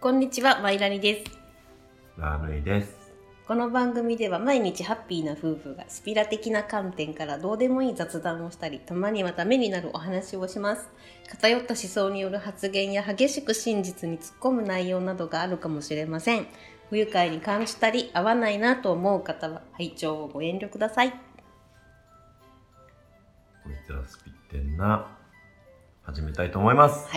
こんにちは、マイラニです。 ラーメイです。 この番組では毎日ハッピーな夫婦がスピラ的な観点からどうでもいい雑談をしたり、たまにはためになるお話をします。偏った思想による発言や激しく真実に突っ込む内容などがあるかもしれません。不愉快に感じたり合わないなと思う方は拝聴をご遠慮ください。 こいつらスピってんな。始めたいと思います。 はい。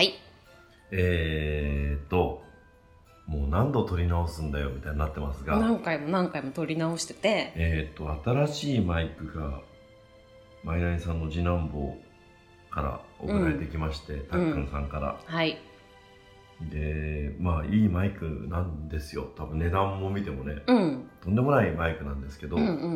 もう何度撮り直すんだよみたいになってますが、 何回も撮り直してて、 新しいマイクがマイナニさんの次男坊から送られてきまして、たっくんさんから、 はい。 で、まあいいマイクなんですよ。多分値段も見てもね、とんでもないマイクなんですけど、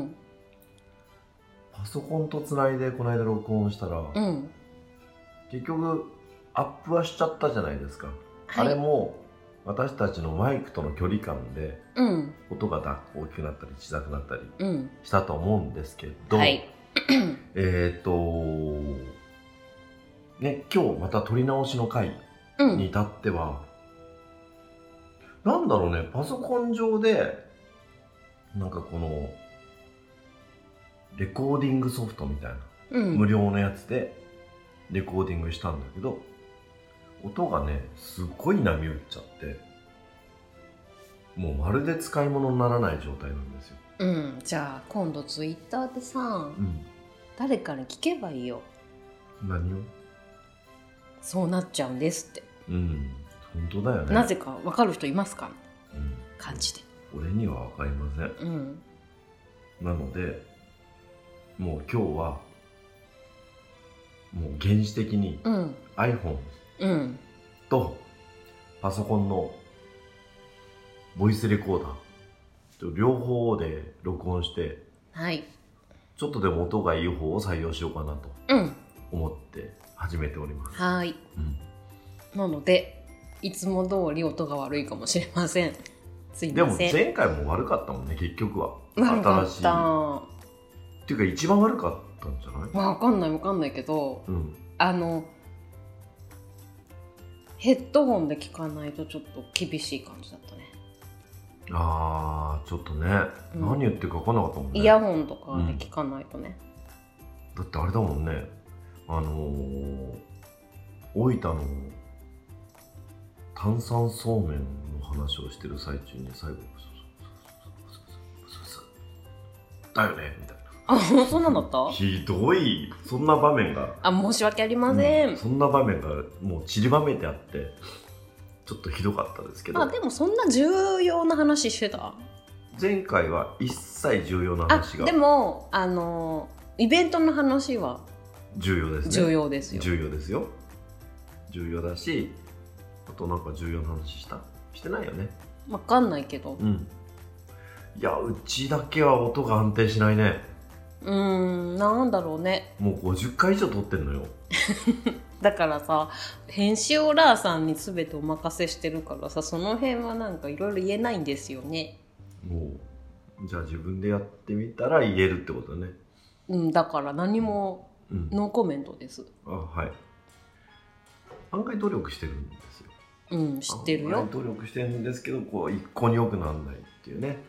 パソコンとつないでこの間録音したら、結局アップはしちゃったじゃないですか、はい、あれも私たちのマイクとの距離感で、音が大きくなったり小さくなったりしたと思うんですけど、はい、ね、今日また撮り直しの回に至っては、なんだろうね、パソコン上でなんかこのレコーディングソフトみたいな、無料のやつでレコーディングしたんだけど、音がねすごい波打っちゃって、もうまるで使い物にならない状態なんですよ。 じゃあ今度ツイッターでさ、誰かに聞けばいいよ。 何を？そうなっちゃうんですって。 本当だよね。 なぜか分かる人いますか？感じで。 俺には分かりません。なのでもう今日はもう原始的に iPhone とパソコンのボイスレコーダー両方で録音して、ちょっとでも音がいい方を採用しようかなと思って始めております。 なのでいつも通り音が悪いかもしれません。すいません。 でも前回も悪かったもんね、結局は。 悪かったっていうか一番悪かったんじゃない？ 分かんないけど、ヘッドホンで聞かないとちょっと厳しい感じだったね。 ちょっとね、何言ってるか分かんなかったもんね。 イヤホンとかで聞かないとね。 だってあれだもんね、大分の炭酸そうめんの話をしてる最中に最後だよねみたいな。 そんなんだった？ ひどい、そんな場面が。 申し訳ありません。 そんな場面がもう散りばめてあって、ちょっとひどかったですけど。 でもそんな重要な話してた？ 前回は一切重要な話が。 でもイベントの話は重要ですね。 重要ですよ。 重要ですよ。重要だし、あとなんか重要な話してないよね。 分かんないけど。 いや、うちだけは音が安定しないね。 なんだろうね。 もう50回以上撮ってんのよ。 だからさ、編集オラーさんに全てお任せしてるからさ、その辺はなんかいろいろ言えないんですよね。 じゃあ自分でやってみたら言えるってことね。 だから何もノーコメントです。 はい。案外努力してるんですよ。 知ってるよ。 案外努力してるんですけど、こう一向に良くならないっていうね。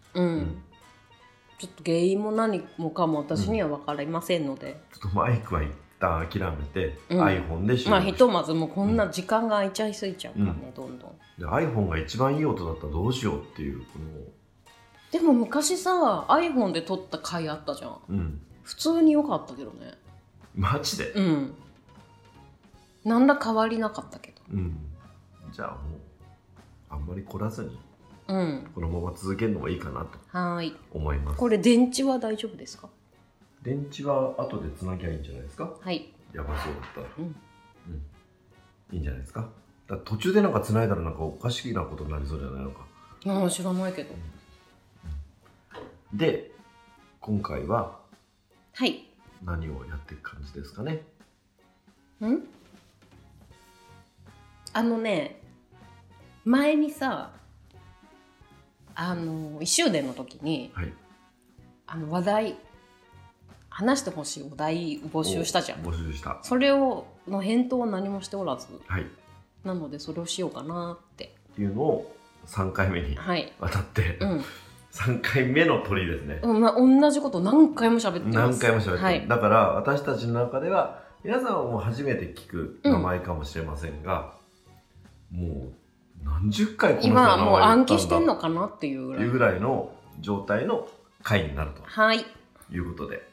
ちょっと原因も何もかも私には分かりませんので、 ちょっとマイクは一旦諦めて、iPhone で収録して、 ひとまずもうこんな時間が空いちゃいすぎちゃうからね、どんどん。 で iPhone が一番いい音だったらどうしようっていう、この。 でも昔さ iPhone で撮った回あったじゃん。普通に良かったけどね。 マジで？ なんら変わりなかったけど。 じゃあもうあんまり凝らずに、このまま続けるのがいいかなと思います。 これ電池は大丈夫ですか？ 電池は後でつなぎゃいいんじゃないですか？やばそうだったら、いいんじゃないですか？だから途中でなんかつないだらなんかおかしなことになりそうじゃないのか。 知らないけど。 で今回は何をやっていく感じですかね？前にさ1周年の時に、話題話してほしいお題募集したじゃん。 募集した。 それの返答は何もしておらず、なのでそれをしようかなってっていうのを3回目にわたって、 うん、 3回目の鳥ですね。 同じこと何回も喋ってます。 何回も喋って、はい、だから私たちの中では皆さんはもう初めて聞く名前かもしれませんが、もう何十回この人の名前今もう暗記してんのかなっていうぐらいの状態の回になると、 はい、 いうことで、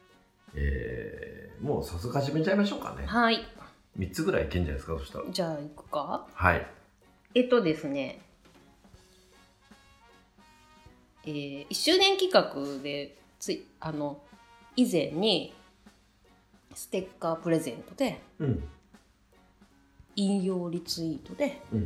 もう早速始めちゃいましょうかね。 はい。 3つぐらいいけんじゃないですか、そしたら。 じゃあ行くか。 はい。 ですね、1周年企画で以前にステッカープレゼントで、うん、引用リツイートで、うん、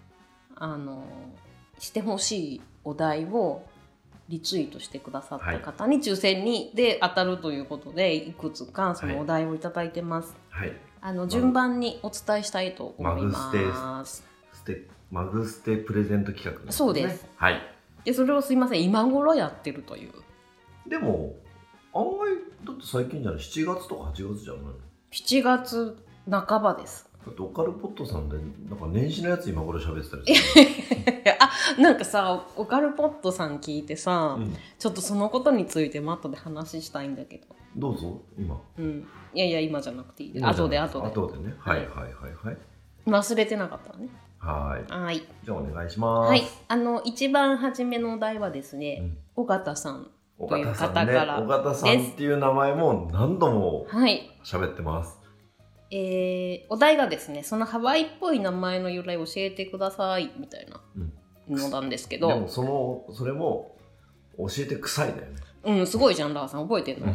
してほしいお題をリツイートしてくださった方に抽選にで当たるということで、いくつかそのお題をいただいてます。はい、順番にお伝えしたいと思います。 マグステプレゼント企画ですね。 そうです。 はい。 でそれをすいません、今頃やってるという。 でも案外だって最近じゃない、7月とか8月じゃないの ？7月半ばです。 だってオカルポットさんでなんか年始のやつ今頃喋ってたりするなんかさ、オカルポットさん聞いてさ、うん、ちょっとそのことについても後で話したいんだけど。 どうぞ今。 うん。いや今じゃなくていいです。後でね。はいはいはいはい。 忘れてなかったらね。 はい。じゃあお願いします。 はい。一番初めのお題はですね、尾形さんという方からです。 尾形さんっていう名前も何度も喋ってます。 お題がですね、そのハワイっぽい名前の由来を教えてくださいみたいなのなんですけど、 でもそれも教えて臭いだよね。 うん、すごいじゃん、ラーさん覚えてんの？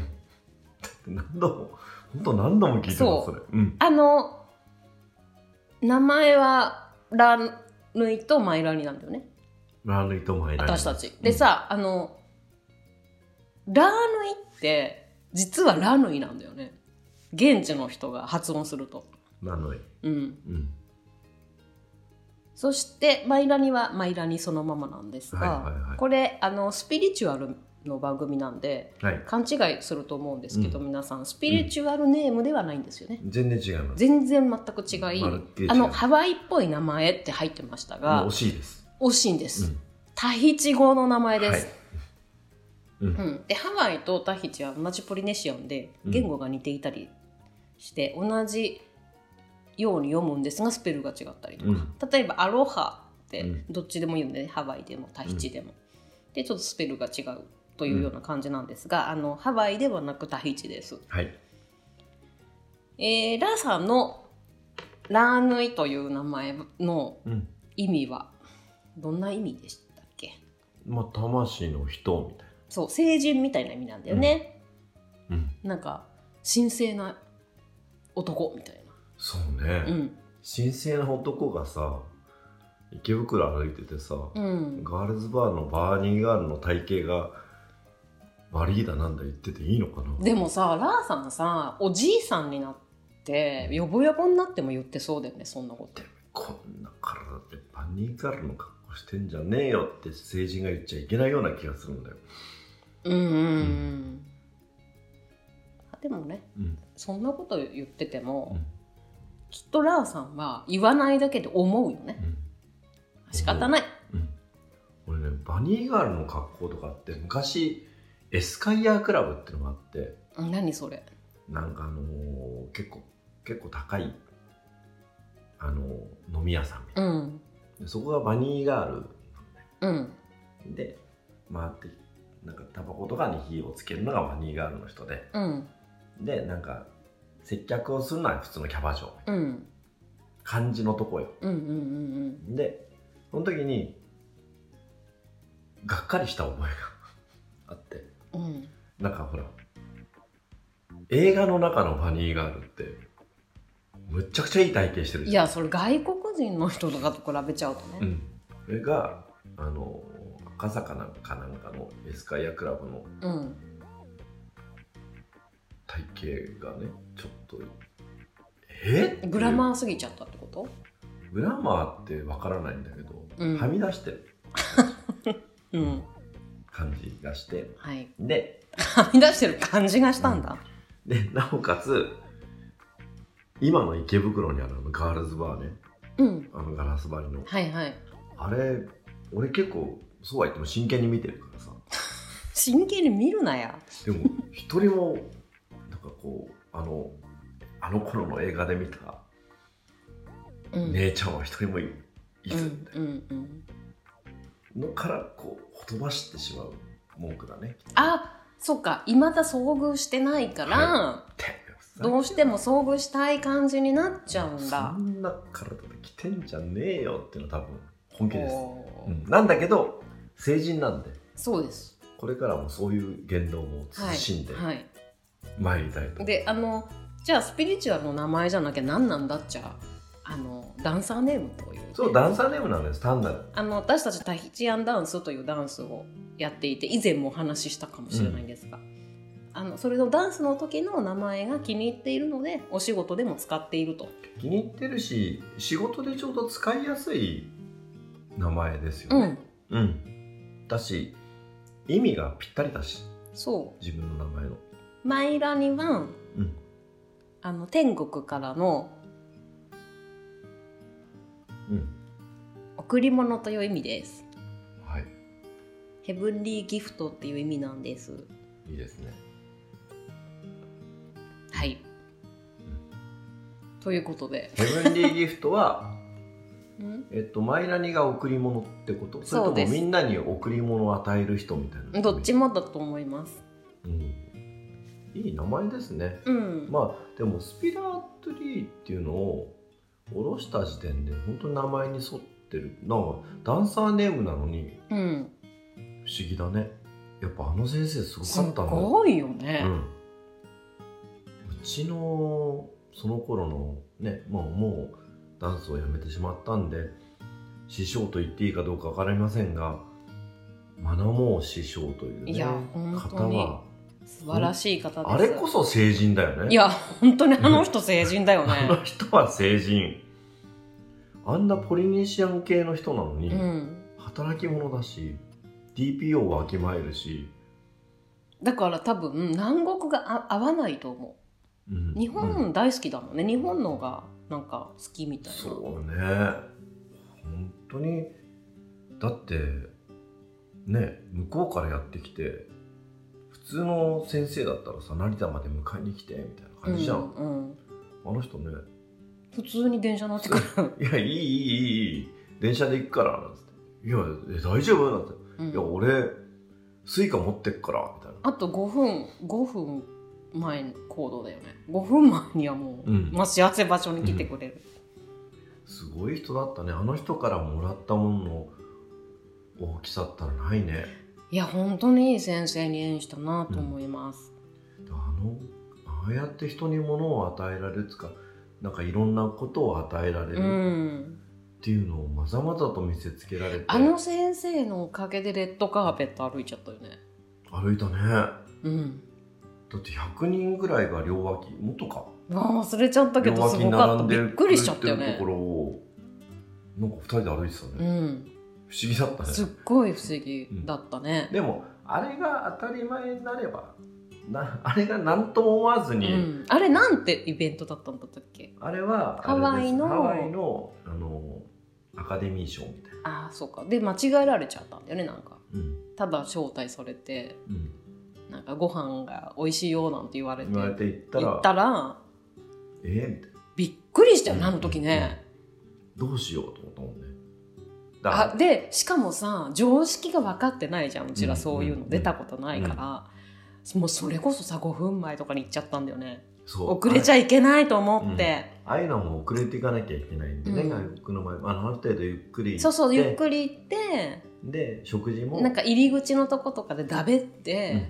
何度も聞いてます。それ、うん、 名前はラヌイとマイラニなんだよね。 ラヌイとマイラニ、 私たちでさ、ラヌイって実はラヌイなんだよね、現地の人が発音すると。 ラヌイ、 うん、そしてマイラニはマイラニそのままなんですが、これスピリチュアルの番組なんで、はい、勘違いすると思うんですけど、皆さんスピリチュアルネームではないんですよね。 全然違います。 全然全く違い、ハワイっぽい名前って入ってましたが、 惜しいです。 惜しいんです、タヒチ語の名前です、でハワイとタヒチは同じポリネシアンで言語が似ていたりして同じように読むんですがスペルが違ったりとか、例えばアロハってどっちでも言うんでね、ハワイでもタヒチでも、でちょっとスペルが違うというような感じなんですが、ハワイではなくタヒチです。はい。ラーさんのラーヌイという名前の意味はどんな意味でしたっけ？ 魂の人みたいな。 そう、聖人みたいな意味なんだよね。なんか神聖な男みたいな。 そうね。神聖な男がさ、池袋歩いててさ、ガールズバーのバーニーガールの体型がバリーダなんだ言ってていいのかな。 でもさ、ラーさんさ、おじいさんになってヨボヨボになっても言ってそうだよね、そんなこと。 こんな体でバニーガールの格好してんじゃねえよって成人が言っちゃいけないような気がするんだよ。でもね、そんなこと言ってても、きっとラーさんは言わないだけで思うよね。仕方ない。 俺ね、バニーガールの格好とかって昔エスカイアクラブってのがあって。 何それ？ なんか結構高い飲み屋さんみたいな、でそこがバニーガール、で回ってなんかタバコとかに火をつけるのがバニーガールの人で、でなんか接客をするのは普通のキャバ嬢みたいな感じのとこよ。でその時にがっかりした覚えがあって、なんかほら映画の中のバニーガールってむっちゃくちゃいい体型してるじゃん。 いやそれ外国人の人とかと比べちゃうとね、 それが赤坂なんかのエスカイアクラブの体型がねちょっとグラマーすぎちゃったってこと？ グラマーってわからないんだけど、はみ出してる感じがして、ではみ出してる感じがしたんだ、 でなおかつ今の池袋にあるガールズバーね、 ガラス張りの、 はいはい、 あれ俺結構そうは言っても真剣に見てるからさ。 真剣に見るなや。 でも一人もなんかこうあの頃の映画で見た、姉ちゃんは一人もいずみたいなのからこうほとばしってしまう文句だね。 あ、そっか、未だ遭遇してないから、はい、どうしても遭遇したい感じになっちゃうんだ。 そんな体で来てんじゃねえよっていうのは多分本気です、なんだけど成人なんで。 そうです。 これからもそういう言動も慎んで参りたいと、はい、 でじゃあスピリチュアルの名前じゃなきゃ何なんだっちゃダンサーネームという、ね、 そうダンサーネームなんです。単なる私たちタヒチアンダンスというダンスをやっていて、以前もお話ししたかもしれないんですが、それのダンスの時の名前が気に入っているのでお仕事でも使っていると。 気に入ってるし仕事でちょうど使いやすい名前ですよね。だし意味がぴったりだし、 そう自分の名前のマイラニは、天国からの、贈り物という意味です。 はい。 ヘブンリーギフトっていう意味なんです。 いいですね。 はい。ということでヘブンリーギフトはマイラニが贈り物ってこと？それともみんなに贈り物を与える人みたいな？ どっちもだと思います。 いい名前ですね。まあでもスピラートリーっていうのを下ろした時点で本当に名前に沿ってる。なんかダンサーネームなのに、不思議だね。やっぱ先生すごかったんだ。 すごいよね。 うちのその頃のね、もうダンスをやめてしまったんで師匠と言っていいかどうか分かりませんが、マナモー師匠という、ね、方は素晴らしい方です。 あれこそ成人だよね。 いや本当に人成人だよね。 あの人は成人。あんなポリネシアン系の人なのに、働き者だし TPO はわきまえるし、 だから多分南国が合わないと思う。日本大好きだもんね。日本のがなんか好きみたいな。 そうね、本当に。だってね、向こうからやってきて普通の先生だったらさ、成田まで迎えに来てみたいな感じじゃん。あの人ね普通に電車乗ってくる。 いやいい電車で行くからなんつって、いや大丈夫なんて、いや俺スイカ持ってっからみたいな。 あと5分前の行動だよね。5分前にはもう、待ち合わせ場所に来てくれる、 すごい人だったね。あの人からもらったものの大きさったらないね。 いや本当にいい先生に演じたなと思います、 ああやって人に物を与えられるつか、なんかいろんなことを与えられるっていうのをまざまざと見せつけられて、 先生のおかげでレッドカーペット歩いちゃったよね。 歩いたね。だって100人ぐらいが両脇、もっとか忘れちゃったけどすごかった。びっくりしちゃったよね。 ところをなんか2人で歩いてたね。不思議だったね。 すっごい不思議だったね。 でもあれが当たり前になればあれが何とも思わずに、 あれなんてイベントだったんだったっけ？ あれはハワイのアカデミー賞みたいな。 そうか。で間違えられちゃったんだよね。なんか、ただ招待されて、なんかご飯が美味しいよなんて言われて行ったらみたいな。 びっくりしたよね、あの時ね。 どうしようと思ったもんね。 でしかもさ、常識が分かってないじゃん。うちらそういうの出たことないから、もうそれこそさ5分前とかに行っちゃったんだよね。遅れちゃいけないと思って、 ああいうのも遅れていかなきゃいけないんでね、外国の前ある程度ゆっくり行って、 そうゆっくり行って、 で食事もなんか入り口のとことかでだべって、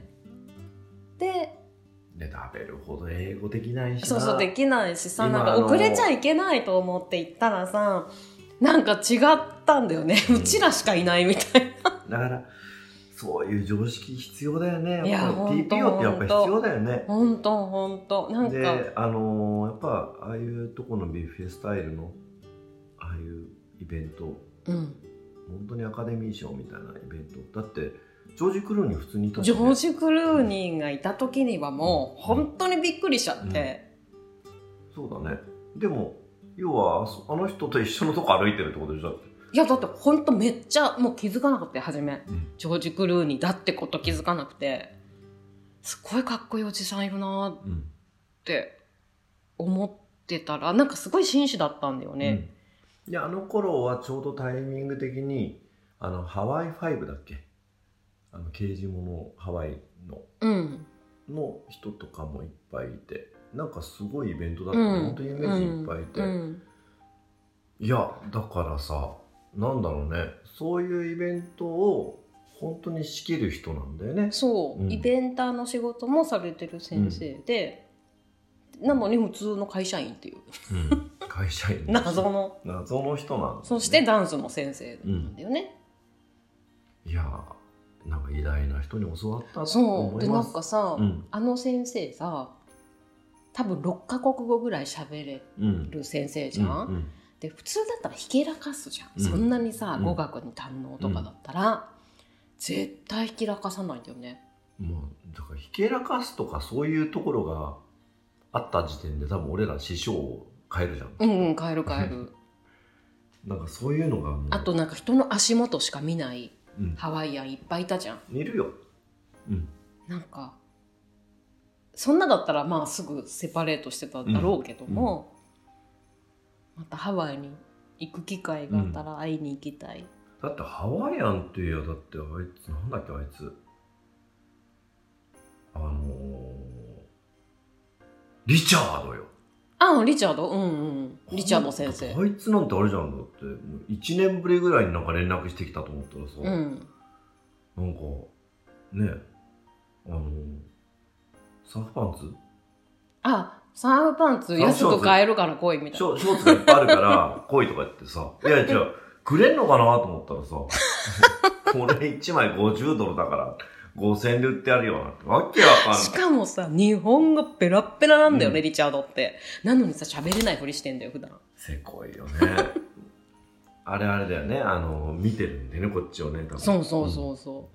で食べるほど英語できないしな。 そうできないしさ、なんか遅れちゃいけないと思って行ったらさ、なんか違ったんだよね、うちらしかいないみたいな。だからそういう常識必要だよね。 やっぱり TPO ってやっぱ必要だよね。 本当なんかでやっぱああいうとこのビュッフェスタイルのああいうイベント、本当にアカデミー賞みたいなイベントだって、ジョージ・クルーニー普通にいたし、ね、 ジョージ・クルーニーがいた時にはもう本当にびっくりしちゃって、 そうだね。でも要はあの人と一緒のとこ歩いてるってことでしょ。 いやだってほんとめっちゃもう気づかなかったよ初め、ジョージ・クルーニーだってこと気づかなくて、すごいかっこいいおじさんいるなって思ってたら、なんかすごい紳士だったんだよね。 いやあの頃はちょうどタイミング的にハワイ5だっけ、刑事物ハワイの人とかもいっぱいいて、なんかすごいイベントだった、本当に有名人いっぱいいて、いやだからさ、なんだろうね、そういうイベントを本当に仕切る人なんだよね。 そう、イベンターの仕事もされてる先生で、なのに普通の会社員っていう、 会社員謎の人なんだ、ね、 そしてダンスの先生なんだよね、 いやなんか偉大な人に教わったと思います。 そうでなんかさ、あの先生さ多分6カ国語ぐらい喋れる先生じゃん、で普通だったらひけらかすじゃん、そんなにさ語学に堪能とかだったら、絶対ひけらかさないんだよね。 もうだからひけらかすとかそういうところがあった時点で多分俺ら師匠を変えるじゃん。 変えるなんかそういうのがもう、 あとなんか人の足元しか見ないハワイアンいっぱいいたじゃん。 いるよ。 なんかそんなだったらまあすぐセパレートしてただろうけども、またハワイに行く機会があったら会いに行きたい。 だってハワイアンっていうやだってあいつなんだっけ、あいつリチャードよ。 リチャード、リチャード先生。 あいつなんてあれじゃん、だって1年ぶりぐらいになんか連絡してきたと思ったらさ、なんかね、サーフパンツ？ サーフパンツ安く買えるから来いみたいな。 ショーツがいっぱいあるから来いとか言ってさ、いや違う、くれんのかなと思ったらさ、これ1枚$50だから5000円で売ってやるよなって、わけわかんない。 しかもさ、日本語ペラッペラなんだよね、リチャードって。なのにさ、喋れないふりしてんだよ、普段。 せこいよね。あれだよね、見てるんでね、こっちをね。多分そう、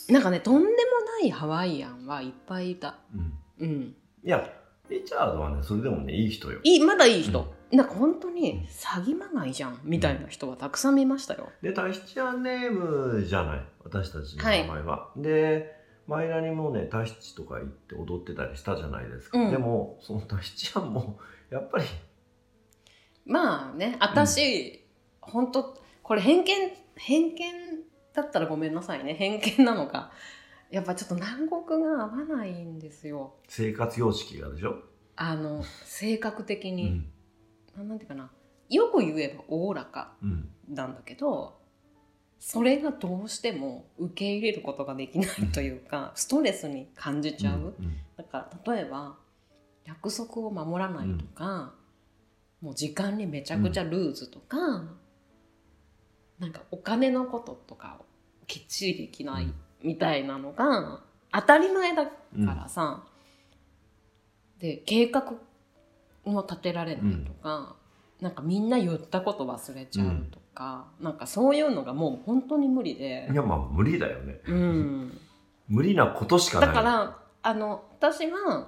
なんかね、とんでもないハワイアンはいっぱいいた。いや、リチャードはね、それでもね、いい人よ。 まだいい人。なんか本当に詐欺まがいじゃんみたいな人はたくさん見ましたよ。 で、タヒチアンネームじゃない、私たちの名前は。で、マイラにもね、タヒチとか行って踊ってたりしたじゃないですか。でも、そのタヒチアンも、やっぱり。 まあね、私、本当これ偏見だったらごめんなさいね。偏見なのか。やっぱちょっと南国が合わないんですよ。 生活様式がでしょ？ 性格的に。なんていうかな、よく言えばおおらかなんだけど、それがどうしても受け入れることができないというか、ストレスに感じちゃう。だから例えば約束を守らないとか、もう時間にめちゃくちゃルーズとか、なんかお金のこととかをきっちりできないみたいなのが当たり前だからさ、で計画も立てられないとか、なんかみんな言ったこと忘れちゃうとか、なんかそういうのがもう本当に無理で。 いやまあ無理だよね。無理なことしかない。 だから私は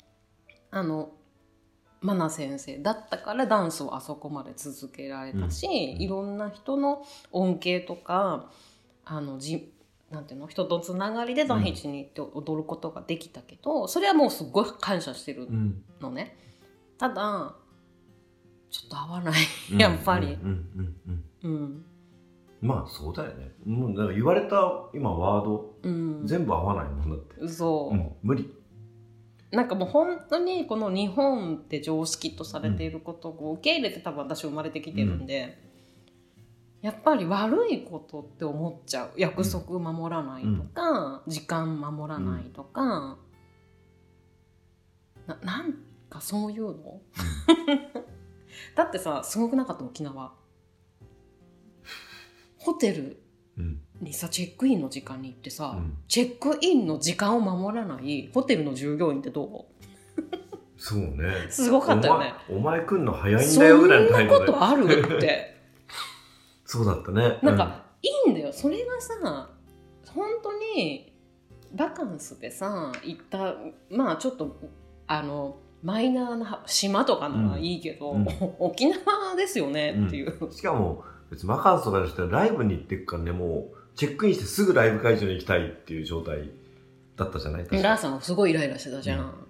マナ先生だったからダンスをあそこまで続けられたし、いろんな人の恩恵とかなんていうの、人とつながりでタヒチに行って踊ることができたけど、それはもうすごい感謝してるのね。ただちょっと合わないやっぱり。 まあそうだよね。もうだから言われた今ワード、全部合わないもんだって。無理。 なんかもう本当にこの日本って常識とされていることを受け入れて多分私生まれてきてるんで、やっぱり悪いことって思っちゃう。約束守らないとか、時間守らないとか、なんかそういうのだってさ、すごくなかった？沖縄ホテルにさ、チェックインの時間に行ってさ、チェックインの時間を守らないホテルの従業員ってどう？ そうね、 すごかったよね。 お前来んの早いんだよぐらいのタイミングで。 そんなことあるってそうだったね。 なんか、いいんだよ。それがさ、本当にバカンスでさ行った、まあちょっとマイナーな島とかならいいけど、沖縄ですよねっていう、 しかも別にバカンスとかじゃなくてライブに行っていくからね、もうチェックインしてすぐライブ会場に行きたいっていう状態だったじゃないですか。 ラーさんはすごいイライラしてたじゃん、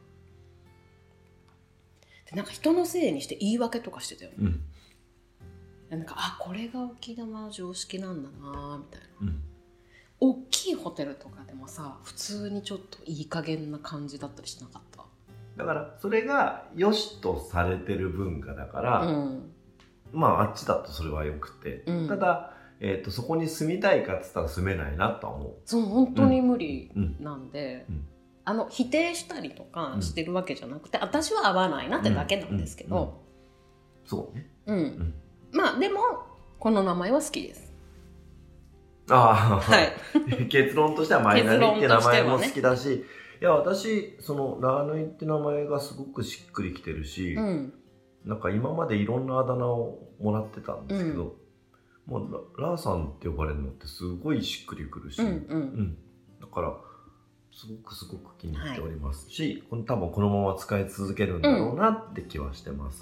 でなんか人のせいにして言い訳とかしてたよね、なんかこれが沖縄の常識なんだなみたいな、大きいホテルとかでもさ普通にちょっといい加減な感じだったりしなかった？ だからそれが良しとされてる文化だから、まああっちだとそれはよくて、ただ、そこに住みたいかっつったら住めないなとは思う。 そう本当に無理なんで、否定したりとかしてるわけじゃなくて、私は合わないなってだけなんですけど、 そうね。 まあでもこの名前は好きです。 はい。結論としてはマイナリって名前も好きだし、いや私そのラーヌイって名前がすごくしっくりきてるし、なんか今までいろんなあだ名をもらってたんですけど、もうラーさんって呼ばれるのってすごいしっくりくるし、だからすごく気に入っておりますし、多分このまま使い続けるんだろうなって気はしてます。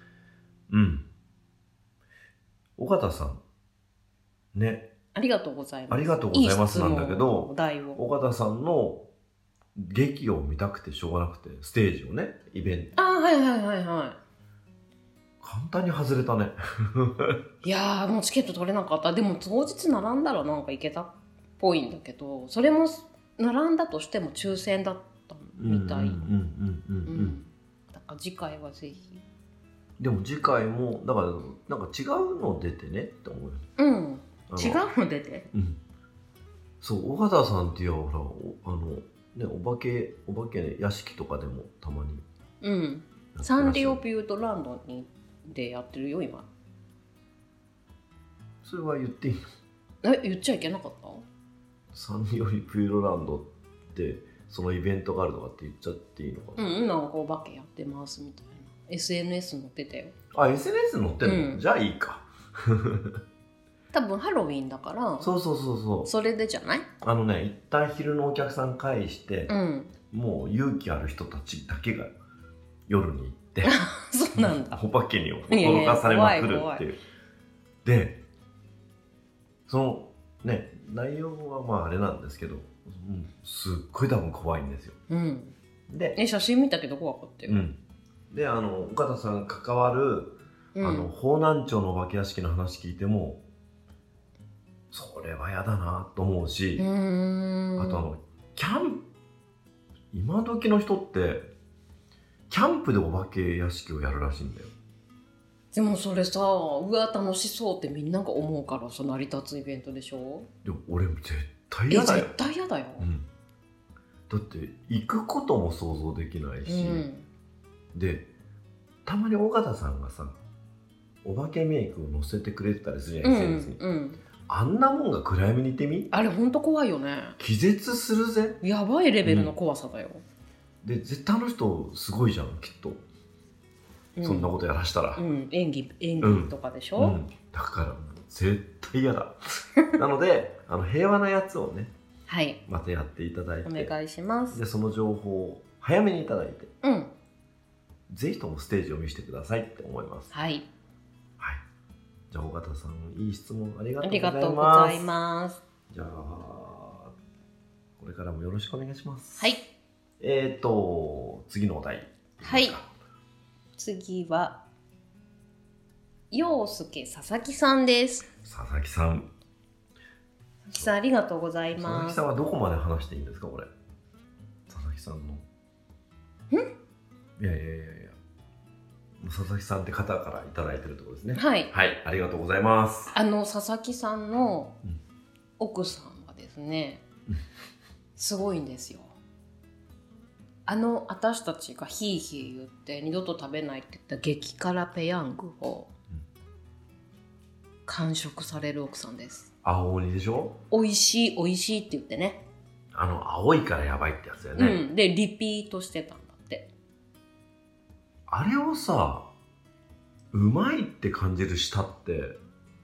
尾形さんね、 ありがとうございます。 ありがとうございますなんだけど、 尾形さんの劇を見たくてしょうがなくて、ステージをね、イベント。 簡単に外れたね。 いやーもうチケット取れなかった。でも当日並んだらなんか行けたっぽいんだけど、それも並んだとしても抽選だったみたい。だから次回はぜひ。 でも次回もだからなんか違うの出てねって思う。 違うの出て。 そう尾形さんっていうほらね、お化け屋敷とかでもたまに、 サンリオピュートランドでやってるよ今。 それは言っていいの？ 言っちゃいけなかった？ サンリオピュートランドってそのイベントがあるとかって言っちゃっていいのかな？ なんかお化けやってますみたいな SNS 載ってたよ。 SNS 載ってるの？じゃあいいか。 多分ハロウィンだからそれでじゃない？ 一旦昼のお客さん返して、もう勇気ある人たちだけが夜に行ってそうなんだ。 お化けに驚かされまくるっていう。でそのね内容はまああれなんですけど、すっごい多分怖いんですよ。で写真見たけど怖かったよ。 で岡田さんが関わる方南町のお化け屋敷の話聞いてもそれは嫌だなと思うし、あとキャンプ、今時の人ってキャンプでお化け屋敷をやるらしいんだよ。 でもそれさ、うわ楽しそうってみんなが思うからさ成り立つイベントでしょ。 でも俺絶対嫌だよ。 絶対嫌だよ、 だって行くことも想像できないし、でたまに尾形さんがさお化けメイクを載せてくれてたりするじゃない、SNS に。あんなもんが暗闇にいてみ？ あれほんと怖いよね。 気絶するぜ。 やばいレベルの怖さだよ。 で絶対あの人すごいじゃんきっと、そんなことやらしたら、 演技とかでしょ、 だから絶対嫌だなので平和なやつをね、またやっていただいてお願いします。 でその情報を早めにいただいて、ぜひともステージを見せてくださいって思います。じゃあ尾形さんいい質問ありがとうございます。じゃあこれからもよろしくお願いします。次のお題。 次は陽介佐々木さんです。 佐々木さんありがとうございます。 佐々木さんはどこまで話していいんですかこれ？佐々木さんのいや佐々木さんって方からいただいてるところですね。ありがとうございます。 佐々木さんの奥さんはですね、すごいんですよ。私たちがヒーヒー言って二度と食べないって言った激辛ペヤングを完食される奥さんです。 青鬼でしょ？ 美味しい美味しいって言ってね。 青いからやばいってやつだよね。 でリピートしてたんだって。 あれをさ、うまいって感じる舌って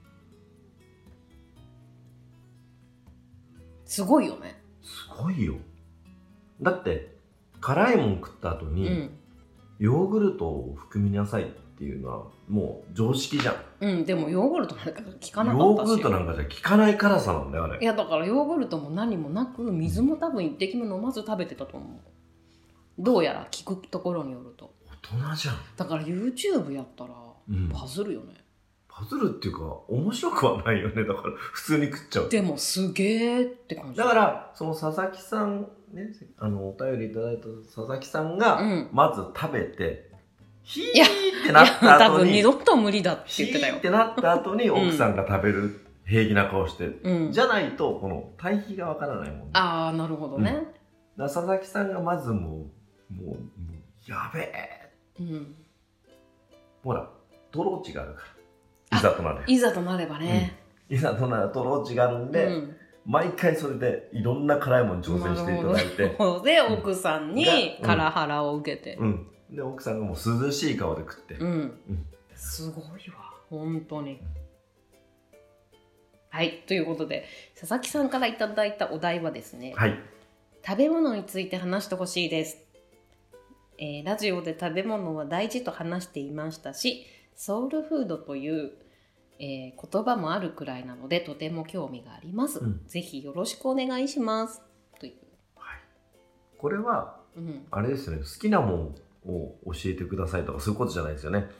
すごいよね。 すごいよ。だって辛いもん食った後に、 ヨーグルトを含みなさいっていうのはもう常識じゃん。 でもヨーグルトなんか効かなかったし。 ヨーグルトなんかじゃ効かない辛さなんだよあれ。 いやだからヨーグルトも何もなく水も多分一滴も飲まず食べてたと思う。どうやら聞くところによると。 大人じゃん。 だから YouTube やったらバズるよね。 バズるっていうか面白くはないよね。だから普通に食っちゃう。 でもすげーって感じ。 だからその佐々木さんね、お便りいただいた佐々木さんがまず食べて、ヒーってなった後に、 多分二度と無理だって言ってたよ。 ヒーってなった後に奥さんが食べる平気な顔して、じゃないとこの対比がわからないもんね。 ああなるほどね。だから佐々木さんがまずもうやべえ。ほらトローチがあるから。いざとなれば。 いざとなればね。 いざとならトローチがあるんで。毎回それでいろんな辛いものに挑戦していただいて。 で、奥さんに辛腹を受けて。 で、奥さんがもう涼しい顔で食って。 すごいわ。本当に。はい。ということで、佐々木さんからいただいたお題はですね。 はい。 食べ物について話してほしいです。ラジオで食べ物は大事と話していましたし、ソウルフードという言葉もあるくらいなのでとても興味があります、ぜひよろしくお願いしますという、 これは、あれですよね、好きなものを教えてくださいとかそういうことじゃないですよね。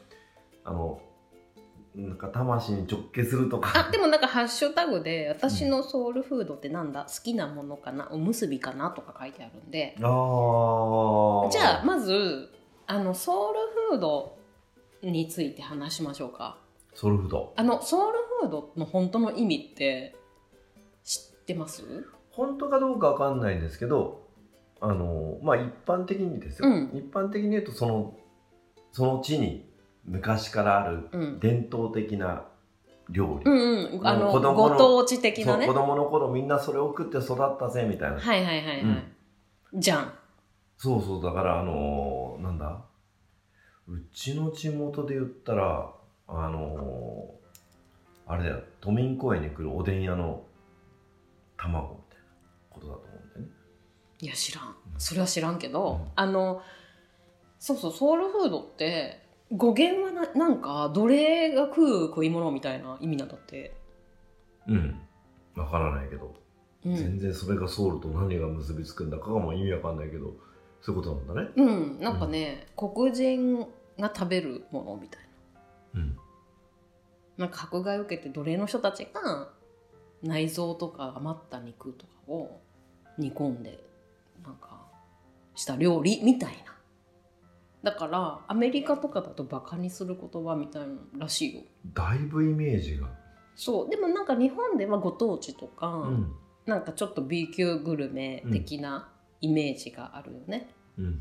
なんか魂に直結するとか。 でもなんかハッシュタグで私のソウルフードってなんだ、好きなものかな、おむすびかなとか書いてあるんで、じゃあまずソウルフードについて話しましょうか。 ソウルフード。 ソウルフードの本当の意味って知ってます？ 本当かどうかわかんないんですけど、まあ一般的にですよ。一般的に言うとその地に昔からある伝統的な料理。 ご当地的なね。 子供の頃みんなそれを食って育ったぜみたいな。 じゃん。 そうそう、だからなんだ、うちの地元で言ったらあれだよ、都民公園に来るおでん屋の卵みたいなことだと思うんだよね。 いや知らん、それは知らんけど、そうそう、ソウルフードって語源はなんか奴隷が食う食い物みたいな意味なんだって。 わからないけど、全然それがソウルと何が結びつくんだかがもう意味わかんないけど、そういうことなんだね。 なんかね、黒人が食べるものみたいな。なんか迫害を受けて奴隷の人たちが内臓とか余った肉とかを煮込んでなんかした料理みたいな。だからアメリカとかだとバカにする言葉みたいならしいよ。 だいぶイメージが。 そうでもなんか日本ではご当地とか、なんかちょっと B 級グルメ的なイメージがあるよね。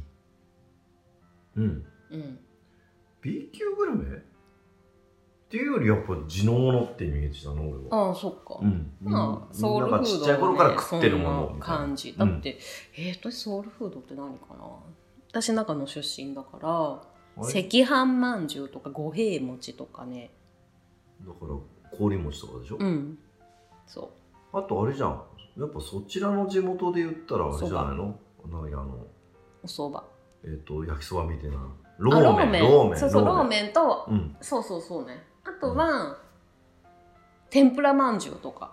B 級グルメっていうよりやっぱ地のものってイメージだな俺は。 そっか。 まあソウルフード、 ちっちゃい頃から食ってるものみたいな感じだって。私ソウルフードって何かな。私長野出身だから赤飯まんじゅうとか五平餅とかね。 だから氷餅とかでしょ。 そう。 あとあれじゃん、やっぱそちらの地元で言ったらあれじゃないの、 おそば、 焼きそばみたいなローメン。 そうそう、ローメンと、そうね。あとは、天ぷらまんじゅうとか、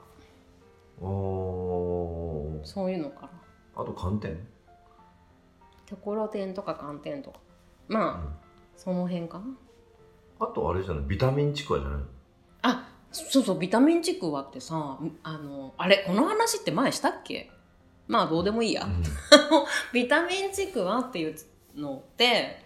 そういうのかな。 あと寒天、 ところてんとか寒天とか、まあ、その辺かな。 あとあれじゃない、ビタミンちくわじゃないの。 そうそう、ビタミンちくわってさ、あれこの話って前したっけ。まあどうでもいいや。ビタミンちくわっていうのって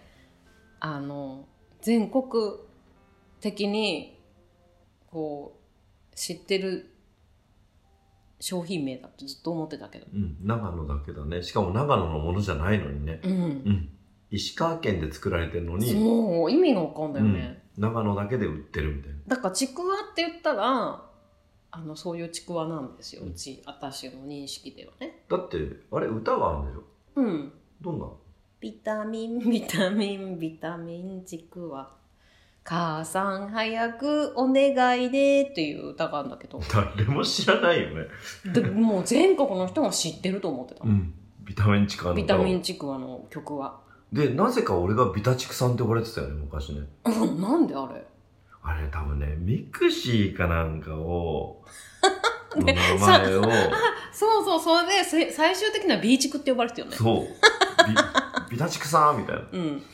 全国的にこう知ってる商品名だとずっと思ってたけど、 長野だけだね。しかも長野のものじゃないのにね。石川県で作られてるのに、 そう意味が分かんないよね。 長野だけで売ってるみたいな。 だからちくわって言ったらそういうちくわなんですよ、私の認識ではね。 だってあれ歌があるんでしょ。どんな。 ビタミンちくわ、母さん早くお願いねっていう歌があるんだけど、 誰も知らないよね。 でもう全国の人が知ってると思ってた。 ビタミンちくわのビタミンちくわの曲は。 でなぜか俺がビタチクさんって呼ばれてたよね昔ね。 なんであれ多分ねミクシーかなんかをの名前をそうそれで最終的にはビーチクって呼ばれてたよね。 そうビタチクさんみたいな。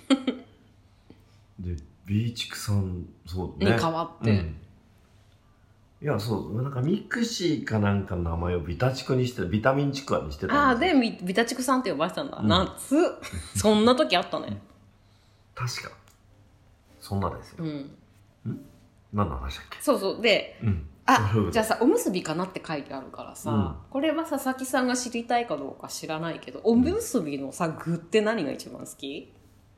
でビーチクさんそうねに変わって、 いやそうなんかミクシーかなんかの名前をビタチクにしてビタミンチクワにしてたんですよ。 でビタチクさんって呼ばれてたんだ、夏そんな時あったね。 確かそんなですよ。何の話だっけ。 そうで、じゃあさおむすびかなって書いてあるからさ、これは佐々木さんが知りたいかどうか知らないけど、おむすびのさ具って何が一番好き？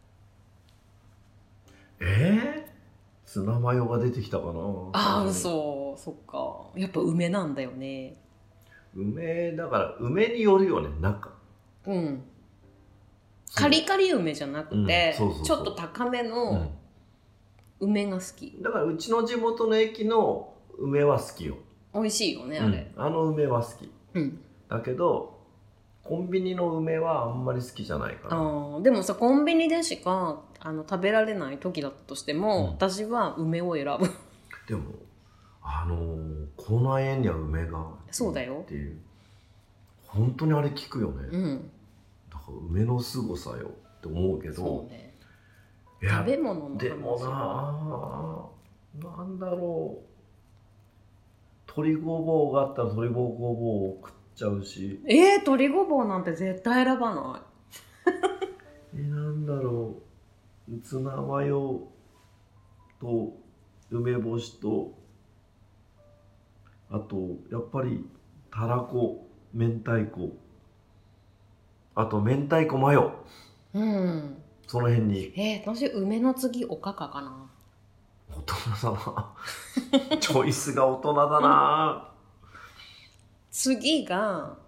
ツナマヨが出てきたかな。 嘘。そっか。やっぱ梅なんだよね。 梅だから梅によるよね中。 カリカリ梅じゃなくて、ちょっと高めの梅が好き。 だからうちの地元の駅の梅は好きよ。 美味しいよねあれ。 あの梅は好き。だけどコンビニの梅はあんまり好きじゃないかな。 でもさコンビニでしか食べられない時だったとしても、私は梅を選ぶ。 でも口内炎には梅がそうだよっていう本当にあれ効くよね。だから梅の凄さよって思うけど。 そうね。食べ物の話でもなんだろう、鶏ごぼうがあったら鶏ごぼうを食っちゃうし。 鶏ごぼうなんて絶対選ばない。 なんだろう、ツナマヨと梅干しと、あとやっぱりたらこ、明太子、あと明太子マヨ、その辺に。 私梅の次おかかかな。 大人だなチョイスが大人だな。 次が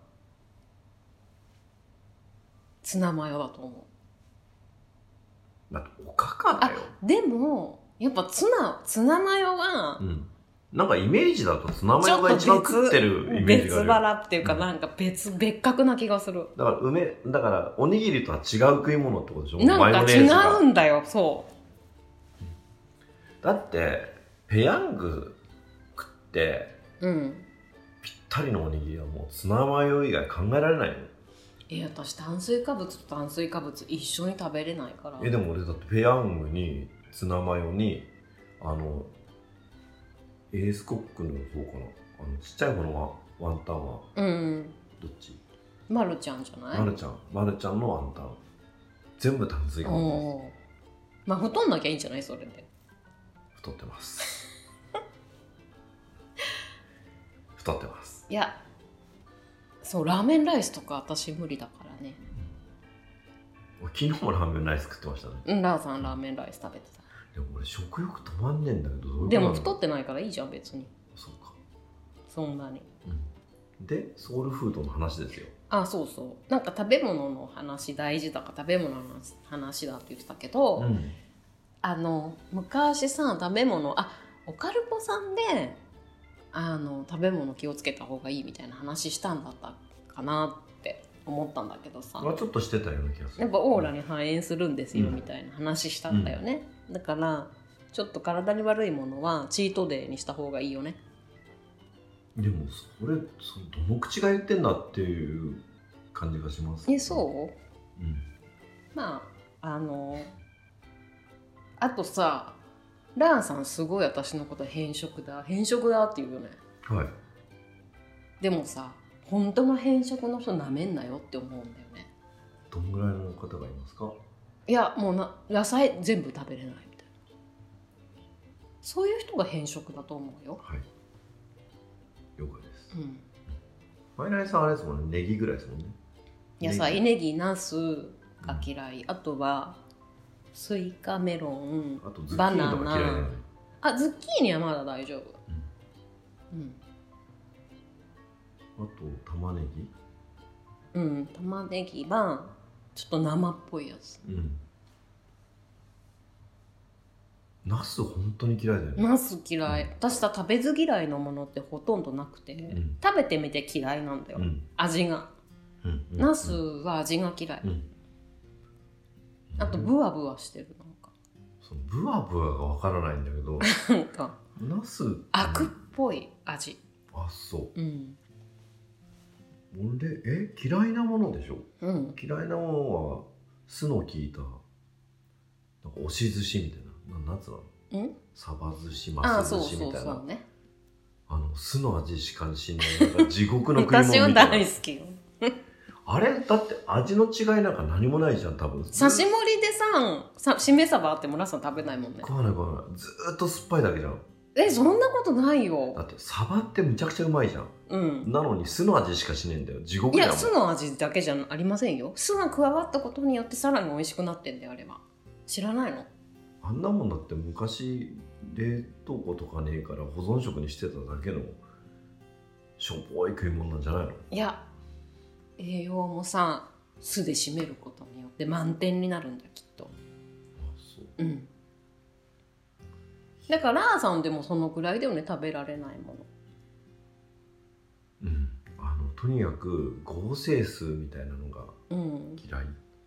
ツナマヨだと思う。だっておかかだよ。 でもやっぱツナマヨは、 なんかイメージだとツナマヨが一番食ってるイメージがある。 別腹っていうか、なんか別格な気がする。 だからおにぎりとは違う食い物ってことでしょ。 なんか違うんだよ。そうだってペヤング食って、ぴったりのおにぎりはもうツナマヨ以外考えられないの。 私炭水化物と炭水化物一緒に食べれないから。 でも俺だってペヤングにツナマヨにエースコックの方かな、ちっちゃい方のワンタンは、どっち？ マルちゃんじゃない？ マルちゃんのワンタン全部炭水化物です。 太んなきゃいいんじゃない？それで太ってます太ってます。 いやそうラーメンライスとか私無理だからね。 昨日もラーメンライス食ってましたね。 ラーさんラーメンライス食べてた。 でも俺食欲止まんねえんだけど。 でも太ってないからいいじゃん別に。 そうか。 そんなに。 でソウルフードの話ですよ。 そうなんか食べ物の話大事だから食べ物の話だって言ってたけど、昔さ食べ物オカルポさんで食べ物気をつけた方がいいみたいな話したんだったかなって思ったんだけどさ、 ちょっとしてたような気がする。 やっぱオーラに反映するんですよみたいな話したんだよね。だからちょっと体に悪いものはチートデーにした方がいいよね。 でもそれどの口が言ってんだっていう感じがします。 そう？あとさラーンさんすごい私のこと偏食だって言うよね。でもさ本当の偏食の人なめんなよって思うんだよね。 どんぐらいの方がいますか？ いやもう野菜全部食べれないみたいな、そういう人が偏食だと思うよ。 了解です。マイナイさんあれですもんね、ネギぐらいですもんね。 野菜ネギナスが嫌い、あとはスイカメロン、 あとズッキーニとか嫌いだよね。 ズッキーニはまだ大丈夫。 あと玉ねぎ。 玉ねぎはちょっと生っぽいやつ。 ナス本当に嫌いだよね。 ナス嫌い。私さ食べず嫌いのものってほとんどなくて、食べてみて嫌いなんだよ、味が。ナスは味が嫌い。 あとブワブワしてる、なんかそのブワブワがわからないんだけどなんかナスアクっぽい味。 あ、そう。 うん。 俺嫌いなものでしょ、 うん、 嫌いなものは酢の効いたなんか押し寿司みたいな、なんつうの、サバ寿司、マス寿司みたいな、 ね、 酢の味しかしないなんか地獄の食い物みたいな。 私は大好きよあれだって味の違いなんか何もないじゃん、多分。 刺し盛りでさ、しめ鯖あってもラスさん食べないもんね。 食わない食わない。ずーっと酸っぱいだけじゃん。 そんなことないよ。 だってサバってむちゃくちゃうまいじゃん。 うん。 なのに酢の味しかしねえんだよ。地獄だもん。 いや、酢の味だけじゃありませんよ。酢が加わったことによってさらに美味しくなってんだよ、あれは。知らないの？ あんなもんだって昔冷凍庫とかねえから保存食にしてただけのしょぼい食い物なんじゃないの？ いや、栄養もさ、酢で締めることによって満点になるんだよ、きっと。あ、 そう。 うん。だからラーさんでもそのくらいでよね、食べられないもの。 うん。とにかく合成酢みたいなのが嫌い。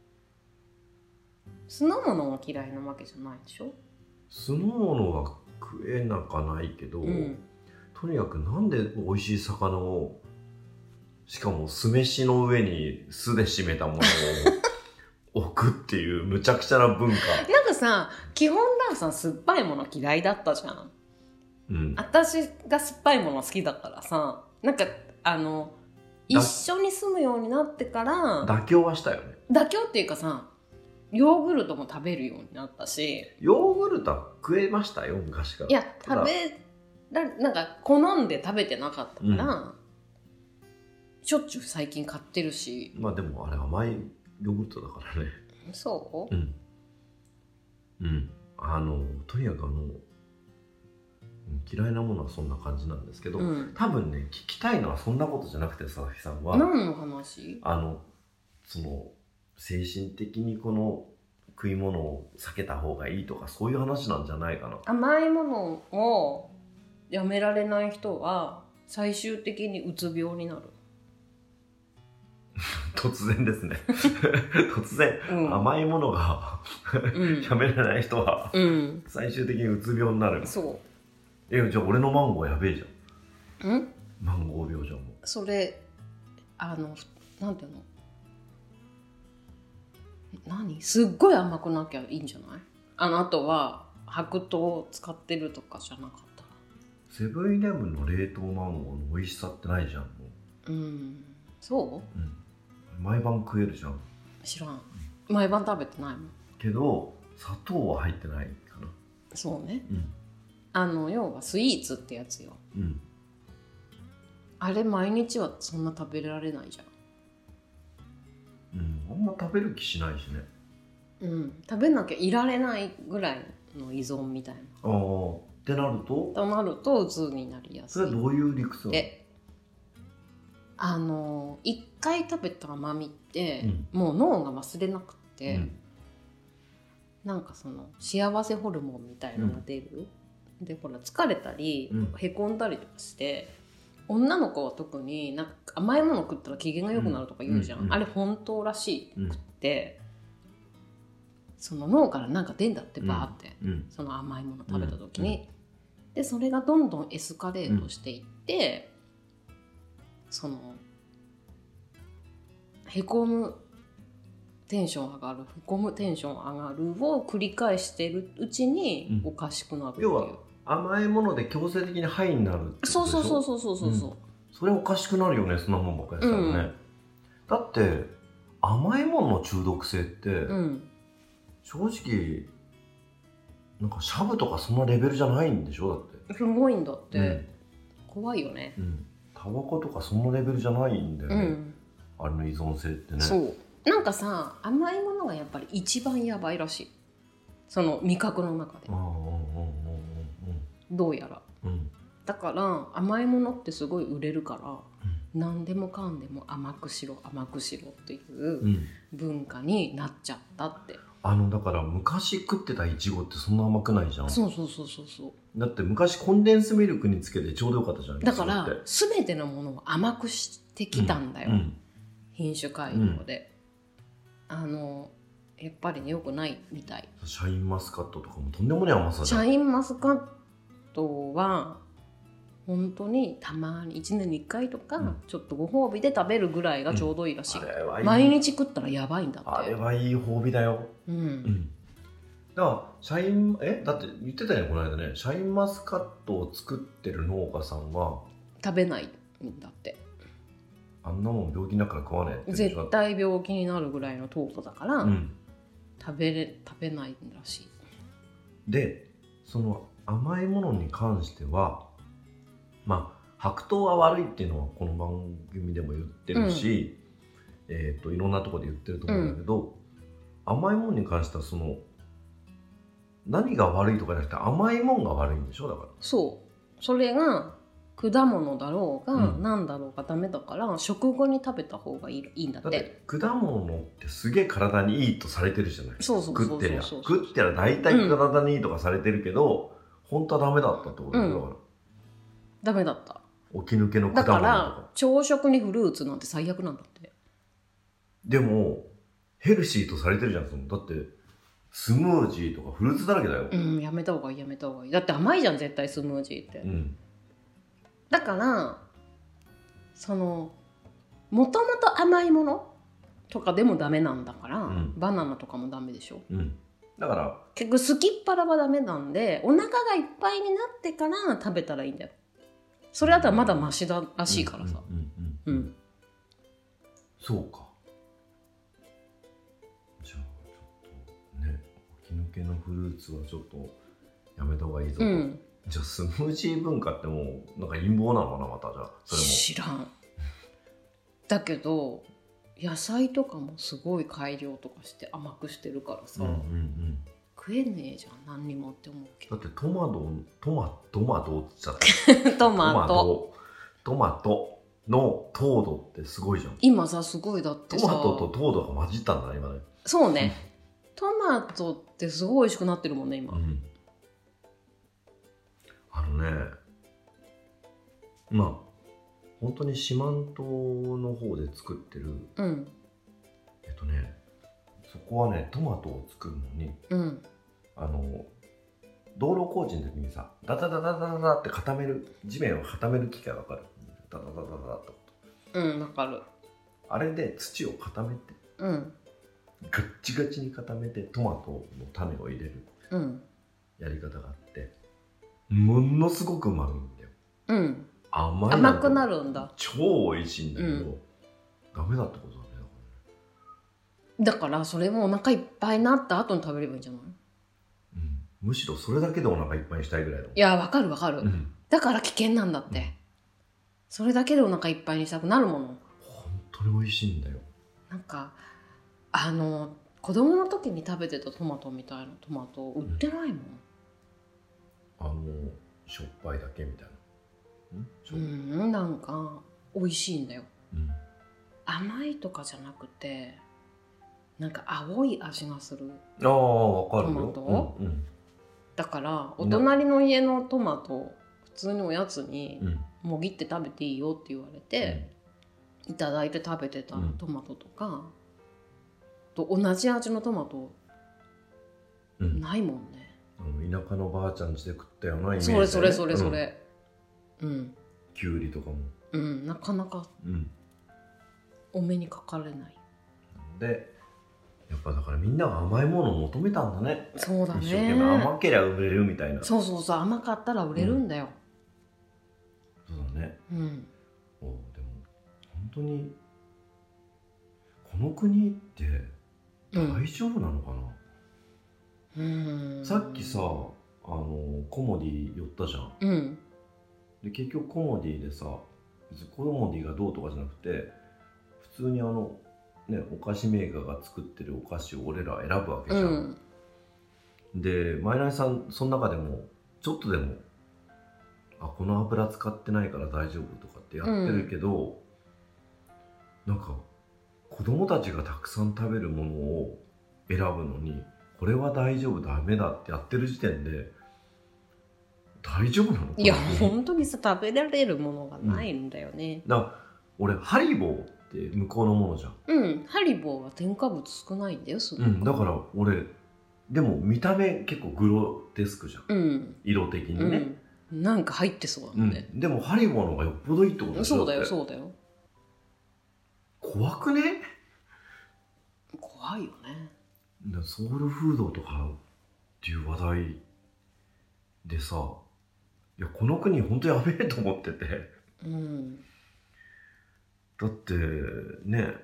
酢の物は嫌いなわけじゃないでしょ？ 酢の物は食えなかないけど、とにかくなんで美味しい魚を、しかも酢飯の上に酢で締めたものを置くっていうむちゃくちゃな文化。 なんかさ、基本ラーさん酸っぱいもの嫌いだったじゃん。うん。私が酸っぱいもの好きだからさ、なんか一緒に住むようになってから妥協はしたよね。 妥協っていうかさ、ヨーグルトも食べるようになったし。 ヨーグルトは食えましたよ、昔から。 いや、なんか好んで食べてなかったから、しょっちゅう最近買ってるし。 まあでもあれ甘いヨーグルトだからね。 そう？ うん。とにかく嫌いなものはそんな感じなんですけど、多分ね、聞きたいのはそんなことじゃなくて、佐々木さんは。 何の話？ その、精神的にこの食い物を避けた方がいいとか、そういう話なんじゃないかな。 甘いものをやめられない人は最終的にうつ病になる。 突然ですね突然、甘いものがやめられない人は、最終的にうつ病になる。 そう。 じゃあ俺のマンゴーやべえじゃん。マンゴー病じゃん。もうそれなんていうの、すっごい甘くなきゃいいんじゃない？あとは白桃を使ってるとかじゃなかったら。 セブンイレブンの冷凍マンゴーの美味しさってないじゃん。もうそう？ 毎晩食えるじゃん。 知らん、毎晩食べてないもん。 けど砂糖は入ってないかな。 そうね。要はスイーツってやつよ。あれ毎日はそんな食べられないじゃん。 あんま食べる気しないしね。 食べなきゃいられないぐらいの依存みたいな。 ってなると？ となるとうつになりやすい。 それはどういう理屈なの？一回食べた甘みって、もう脳が忘れなくて、なんかその幸せホルモンみたいなのが出る。でほら疲れたり、へこんだりとかして、女の子は特になんか甘いもの食ったら機嫌が良くなるとか言うじゃん。あれ本当らしくって、その脳からなんか出んだってバーって、その甘いもの食べた時に、でそれがどんどんエスカレートしていって、そのへこむテンション上がる、へこむテンション上がるを繰り返してるうちにおかしくなるっていう。 要は甘いもので強制的にハイになるってことでしょ。 そう。 それおかしくなるよね、そんなもんばっかりやったらね。だって甘いものの中毒性って、正直なんかシャブとかそんなレベルじゃないんでしょ。だってすごいんだって、怖いよね。 タバコとかそんなレベルじゃないんだよね、あれの依存性ってね。 そうなんかさ、甘いものがやっぱり一番やばいらしい、その味覚の中で。どうやら、だから甘いものってすごい売れるから、何でもかんでも甘くしろっていう文化になっちゃったって。 だから昔食ってたイチゴってそんな甘くないじゃん。 そうだって昔コンデンスミルクにつけてちょうどよかったじゃん。 だから全てのものを甘くしてきたんだよ、品種改良で。 やっぱり良くないみたい。 シャインマスカットとかもとんでもない甘さじゃん。 シャインマスカットは本当にたまに1年に1回とか、ちょっとご褒美で食べるぐらいがちょうどいいらしい。 あれはいい。 毎日食ったらやばいんだって。 あれはいい褒美だよ。だからシャインだって言ってたよねこの間ね、シャインマスカットを作ってる農家さんは食べないんだって。 あんなもん病気になるから食わねえって。 絶対病気になるぐらいの糖度だから、食べないらしい。 でその甘いものに関しては白糖は悪いっていうのはこの番組でも言ってるし、いろんなところで言ってると思うんだけど、甘いものに関してはその何が悪いとかじゃなくて甘いもんが悪いんでしょ。だからそうそれが果物だろうが何だろうがダメだから、食後に食べた方がいいんだって。 だって果物ってすげえ体にいいとされてるじゃない。食ってりゃ大体体にいいとかされてるけど、本当はダメだったってことだから、 ダメだった。 起き抜けの果物とか。 だから朝食にフルーツなんて最悪なんだって。 でもヘルシーとされてるじゃん。だってスムージーとかフルーツだらけだよ。 やめた方がいいやめた方がいい。だって甘いじゃん絶対スムージーって。だからそのもともと甘いものとかでもダメなんだから、バナナとかもダメでしょ。だから結局すきっ腹はダメなんで、お腹がいっぱいになってから食べたらいいんだよ。それだったらまだマシだらしいからさ。そうか。 じゃあちょっとね、起き抜けのフルーツはちょっとやめた方がいいぞと。じゃあスムージー文化ってもうなんか陰謀なのかな、また。じゃあそれも知らん。だけど野菜とかもすごい改良とかして甘くしてるからさ、食えねえじゃん何にもって思うけど。 だってトマトって言っちゃったトマトの糖度ってすごいじゃん。 今さすごい。だってさトマトと糖度が混じったんだね今ね。 そうねトマトってすごい美味しくなってるもんね今。 本当に四万十の方で作ってる、そこはねトマトを作るのに、道路工事の時にさダダダダダダって固める、地面を固める機械わかる？ダダダダダってわかる。 あれで土を固めて、ガッチガチに固めてトマトの種を入れるやり方があって、ものすごくうまいんだよ。 甘くなるんだ。 超美味しいんだけど、ダメだってことだね。 だからそれもお腹いっぱいになった後に食べればいいんじゃない？ むしろそれだけでお腹いっぱいにしたいぐらいだもん。 いやわかるわかる、だから危険なんだって、それだけでお腹いっぱいにしたくなるもの。 本当に美味しいんだよ。 なんか子供の時に食べてたトマトみたいなトマト売ってないもん。 しょっぱいだけみたいな。 なんか美味しいんだよ、甘いとかじゃなくてなんか青い味がするわかるよトマト、だからお隣の家のトマト普通におやつにもぎって食べていいよって言われて、いただいて食べてたトマトとか、と同じ味のトマト、ないもんね。 田舎のばあちゃん家で食ったようなイメージだよね。 それきゅうりとかもなかなかお目にかかれない。 でやっぱだからみんなが甘いものを求めたんだね。 そうだね。 一生懸命甘けりゃ売れるみたいな。 そう甘かったら売れるんだよ。 そうだね。でも本当にこの国って大丈夫なのかな。さっきさコモディ寄ったじゃん。で結局コモディでさ、別にコモディがどうとかじゃなくて、普通にお菓子メーカーが作ってるお菓子を俺ら選ぶわけじゃん。でマイナイさんその中でもちょっとでもこの油使ってないから大丈夫とかってやってるけど、なんか子供たちがたくさん食べるものを選ぶのにこれは大丈夫ダメだってやってる時点で大丈夫なの？ いや本当にさ食べられるものがないんだよね。 だから俺ハリボーって向こうのものじゃん。 うん、ハリボーは添加物少ないんだよ、すごく。 だから俺でも見た目結構グロテスクじゃん、色的にね、 なんか入ってそうだもんね、 でもハリボーの方がよっぽどいいってことでしょ。 そうだよそうだよ。 怖くね？ 怖いよね。 ソウルフードとかっていう話題でさ、いやこの国ほんとやべえと思ってて、だってね、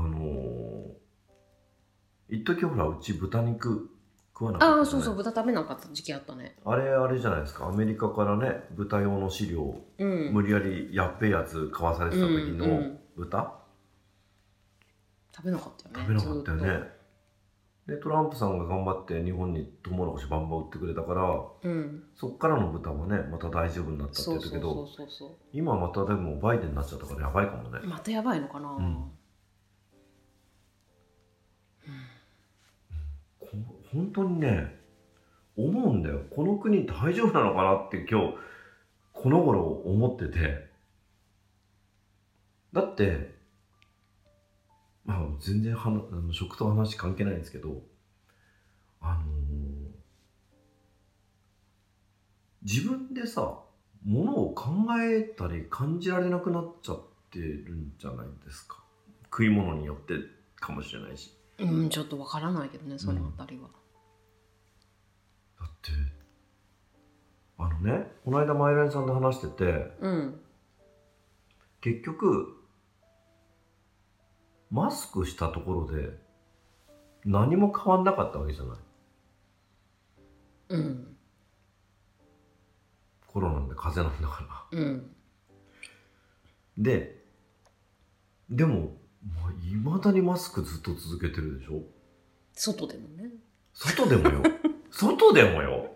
一時ほらうち豚肉食わなかった、ね、 そうそう、豚食べなかった時期あったね。 あれじゃないですか、アメリカからね豚用の飼料、無理やりやっべえやつ買わされてた時の豚、 食べなかったよね。 食べなかったよね。でトランプさんが頑張って日本にトウモロコシバンバン売ってくれたから、そっからの豚はねまた大丈夫になったって言ったけど、今またでもバイデンになっちゃったからやばいかもね。 またやばいのかな。 本当にね思うんだよ、この国大丈夫なのかなって今日この頃思ってて。だってまあ全然食と話関係ないんですけど、自分でさ物を考えたり感じられなくなっちゃってるんじゃないですか。食い物によってかもしれないし。 ちょっとわからないけどね、そのあたりは。 だってこの間マイライさんと話してて、結局マスクしたところで何も変わんなかったわけじゃない。コロナで風邪なんだから。でもいまだにマスクずっと続けてるでしょ。 外でもね。 外でもよ外でもよ。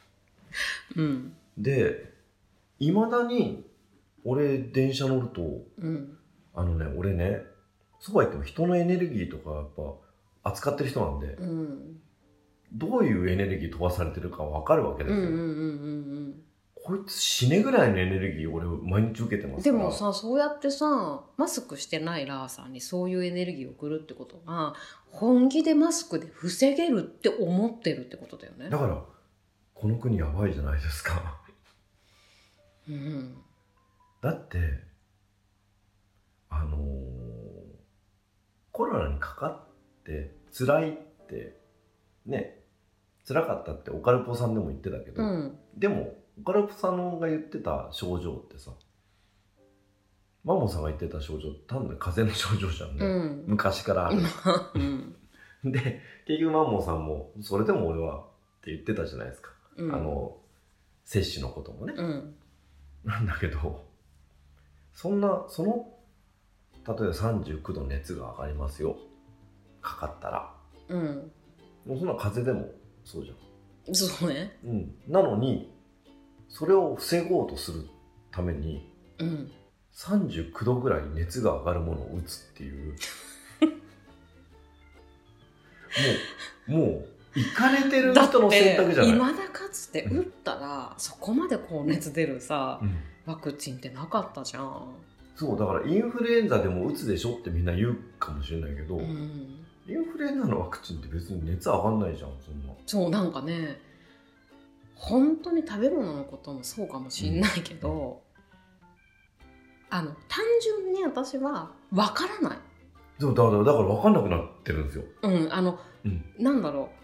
でいまだに俺電車乗ると、俺ねそうは言っても人のエネルギーとかやっぱ扱ってる人なんで、どういうエネルギー飛ばされてるか分かるわけですよ。こいつ死ねぐらいのエネルギー俺毎日受けてますから。 でもさ、そうやってさマスクしてないラーさんにそういうエネルギーを送るってことは本気でマスクで防げるって思ってるってことだよね。 だからこの国やばいじゃないですか。だってコロナにかかって辛いってね、辛かったってオカルポさんでも言ってたけど、でもオカルポさんが言ってた症状ってさ、マモさんが言ってた症状単なる風邪の症状じゃんね、昔からあるで結局マモさんもそれでも俺はって言ってたじゃないですか、接種のこともね、なんだけどその例えば39度熱が上がりますよ、かかったら、もうそんな風邪でもそうじゃん。 そうね。 なのにそれを防ごうとするために、39度ぐらい熱が上がるものを打つっていうもういかれてる人の選択じゃない。 いまだかつて打ったら、そこまで高熱出るさ、ワクチンってなかったじゃん。 そうだからインフルエンザでも打つでしょってみんな言うかもしれないけど、インフルエンザのワクチンって別に熱上がんないじゃん、そんな。 そう、なんかね、本当に食べ物のこともそうかもしんないけど、単純に私は分からない。 そうだから分かんなくなってるんですよ。 なんだろう、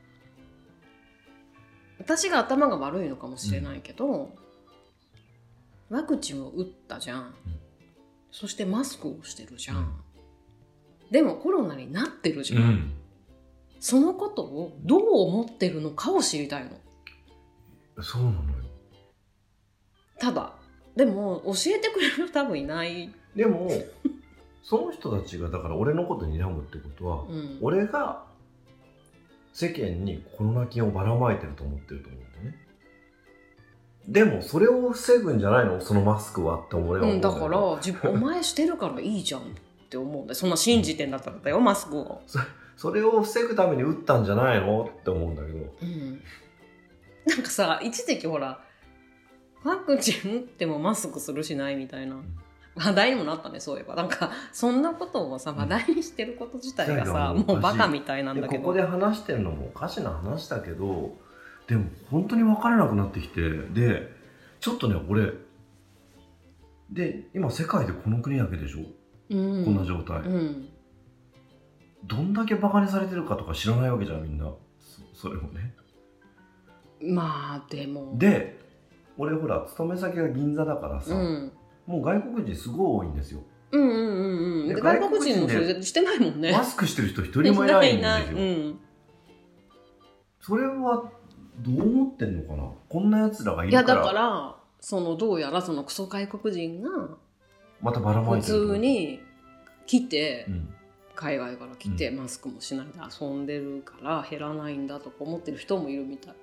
私が頭が悪いのかもしれないけど、ワクチンを打ったじゃん、そしてマスクをしてるじゃん、でもコロナになってるじゃん、そのことをどう思ってるのかを知りたいの。 そうなのよ。 ただでも教えてくれる人多分いない。 でもその人たちがだから俺のことに睨むってことは、俺が世間にコロナ菌をばらまいてると思ってると思うんだよね。でもそれを防ぐんじゃないの、そのマスクはって俺は思うんだよ。 だからお前してるからいいじゃんって思うんだよ。そんな信じてんだったらだよ、マスクを。 それを防ぐために打ったんじゃないのって思うんだけど、 なんかさ、一時期ほらワクチン打ってもマスクするしないみたいな、 話題にもなったね、そういえば。なんかそんなことをさ話題にしてること自体がさ、もうバカみたいなんだけど。 ここで話してるのもおかしな話だけど、でも本当に分からなくなってきて、でちょっとね俺で今世界でこの国だけでしょ、こんな状態、どんだけバカにされてるかとか知らないわけじゃんみんな。それもね。 まあでもで俺ほら勤め先が銀座だからさ、もう外国人すごい多いんですよ。 で外国人もそれしてないもんね。 マスクしてる人一人もいないんですよ。それはどう思ってんのかな、こんなやつらがいるから。 いやだからどうやらそのクソ外国人がまたばらまいてる、 普通に来て、海外から来て、マスクもしないで遊んでるから減らないんだとか思ってる人もいるみたい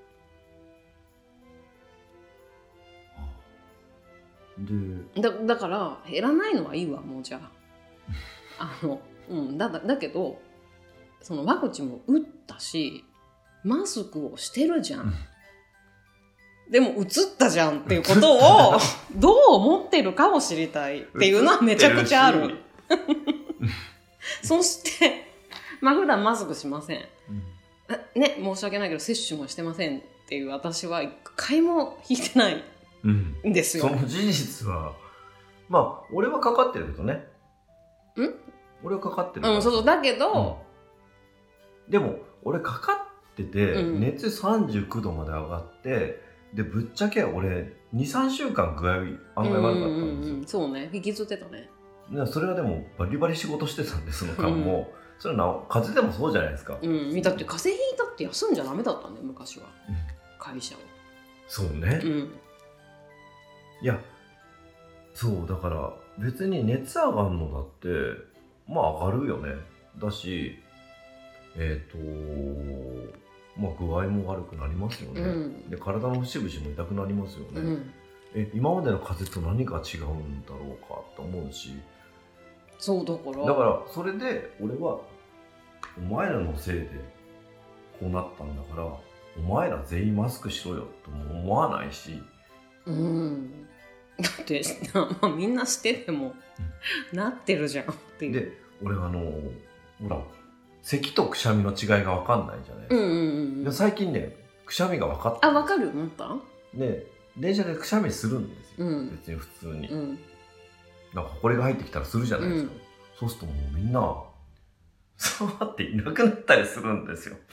で、だから減らないのはいいわ、もうじゃあだけどそのワクチンも打ったしマスクをしてるじゃん、でも移ったじゃんっていうことをどう思ってるかを知りたいっていうのはめちゃくちゃあるそして普段マスクしません、ね、申し訳ないけど接種もしてませんっていう私は一回も引いてないんですよ、 その事実はまあ俺はかかってるけどね。俺はかかってる、 そうだけど、 でも俺かかってて、熱39度まで上がってでぶっちゃけ俺 2,3 週間具合案外悪かったんですよ。 そうね、引きずってたね。 それはでもバリバリ仕事してたんでその間も、それは風邪でもそうじゃないですか。 だって風邪ひいたって休んじゃダメだったんだよ昔は、会社を。 そうね、いやそうだから別に熱上がるのだってまあ上がるよね。だしまあ具合も悪くなりますよね、で体の節々も痛くなりますよね、今までの風邪と何が違うんだろうかと思うし。 そうだからそれで俺はお前らのせいでこうなったんだからお前ら全員マスクしろよとも思わないし、 だってみんなしてても、なってるじゃんっていう。 で俺ほら咳とくしゃみの違いが分かんないじゃないですか、で最近ねくしゃみが分かった。 分かるよ思った。 で電車でくしゃみするんですよ、別に普通に、なんか埃が入ってきたらするじゃないですか、そうするともうみんな触っていなくなったりするんですよ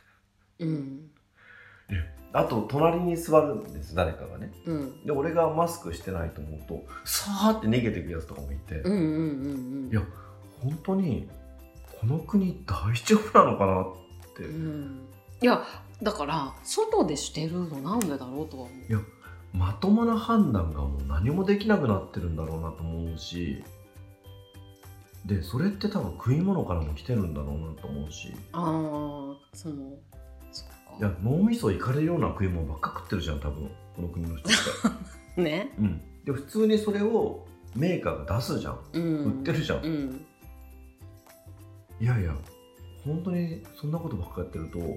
あと隣に座るんです誰かがね、で俺がマスクしてないと思うとさーって逃げていくやつとかもいて、いや本当にこの国大丈夫なのかなって、 いやだから外でしてるのなんでだろうとは思う。 いやまともな判断がもう何もできなくなってるんだろうなと思うし、でそれって多分食い物からも来てるんだろうなと思うし、 そっか。 いや脳みそいかれるような食い物ばっか食ってるじゃん多分この国の人ってね、 で普通にそれをメーカーが出すじゃん、売ってるじゃん、いやいや本当にそんなことばっかやってると、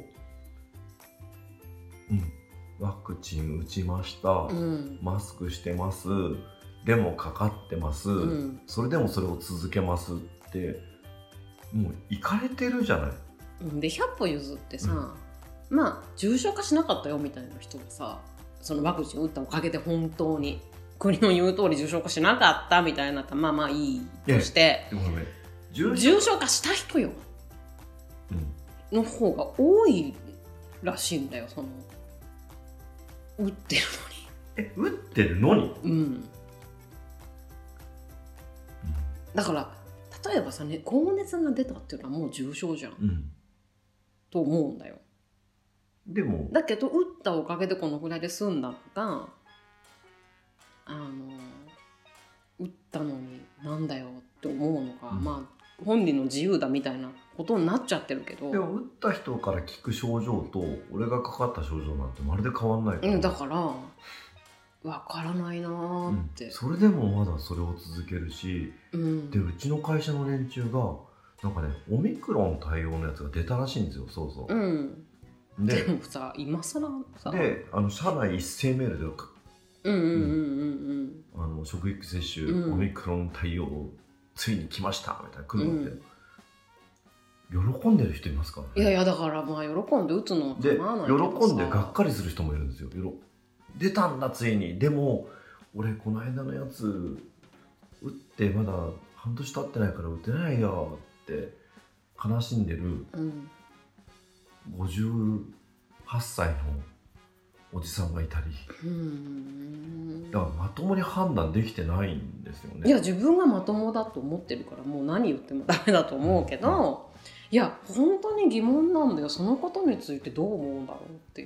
ワクチン打ちました、マスクしてます、でもかかってます、それでもそれを続けますってもういかれてるじゃない。 で100歩譲ってさ、まあ重症化しなかったよみたいな人がさ、そのワクチン打ったおかげで本当に国の言う通り重症化しなかったみたいなったらまあいいとして、重症化した人よ、の方が多いらしいんだよ、その打ってるのに。打ってるのに？ だから例えばさね、高熱が出たっていうのはもう重症じゃん、と思うんだよ。 でもだけど打ったおかげでこのぐらいで済んだのか、打ったのになんだよって思うのか、まあ本人の自由だみたいなことになっちゃってるけど、 でも打った人から聞く症状と俺がかかった症状なんてまるで変わんないから、 だから分からないなーって、 それでもまだそれを続けるし、でうちの会社の連中がなんかねオミクロン対応のやつが出たらしいんですよ。そう、 でもさ今更さで社内一斉メールで職域接種、オミクロン対応ついに来ましたみたいな来るのって、喜んでる人いますからね。 いやいや、だからまあ喜んで打つので、喜んでがっかりする人もいるんですよ。出たんだついに。でも俺この間のやつ打ってまだ半年経ってないから打てないよって悲しんでる、58歳のおじさんがいたり、だからまともに判断できてないんですよね。 いや、自分がまともだと思ってるからもう何言ってもダメだと思うけど、いや本当に疑問なんだよ。そのことについてどう思うんだろうっていう。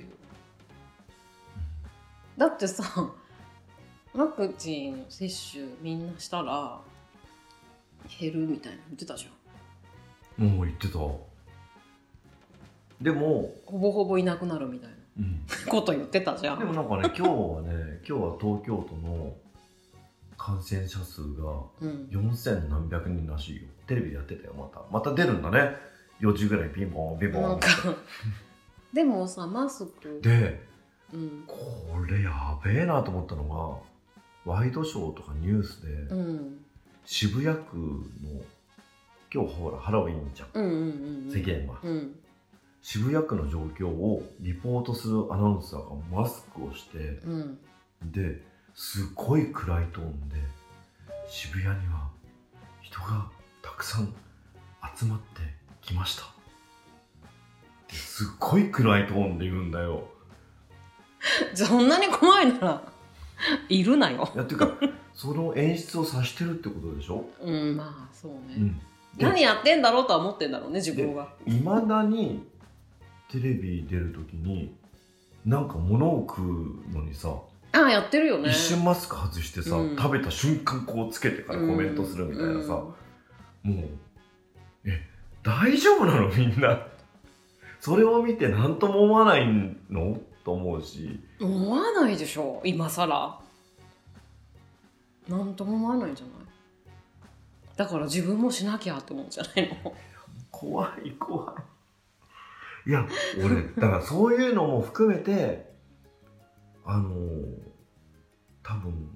だってさ、ワクチン接種みんなしたら減るみたいな言ってたじゃん。 もう言ってた。でもほぼほぼいなくなるみたいな、こと言ってたじゃん。 でもなんかね、今日は東京都の感染者数が4000何百人らしいよ。テレビでやってたよ。また出るんだね。4時ぐらいピンポンピンポンなんかでもさ、マスクで、これやべえなと思ったのが、ワイドショーとかニュースで、渋谷区の今日ほらハロウィンじゃん、世間は、渋谷区の状況をリポートするアナウンサーがマスクをして、ですごい暗いトーンで、渋谷には人がたくさん集まってきましたってすっごい暗いトーンで言うんだよ。 そんなに怖いならいるなよ。 いやっていうかその演出をさしてるってことでしょ。 まあそうね、何やってんだろうとは思ってんだろうね、自分が。 いまだにテレビ出るときになんか物を食うのにさ、 やってるよね。 一瞬マスク外してさ、食べた瞬間こうつけてからコメントするみたいなさ、もう大丈夫なのみんな。それを見て何とも思わないのと思うし。 思わないでしょ今更。何とも思わないんじゃない。だから自分もしなきゃって思うんじゃないの。 怖い。いや俺だからそういうのも含めて多分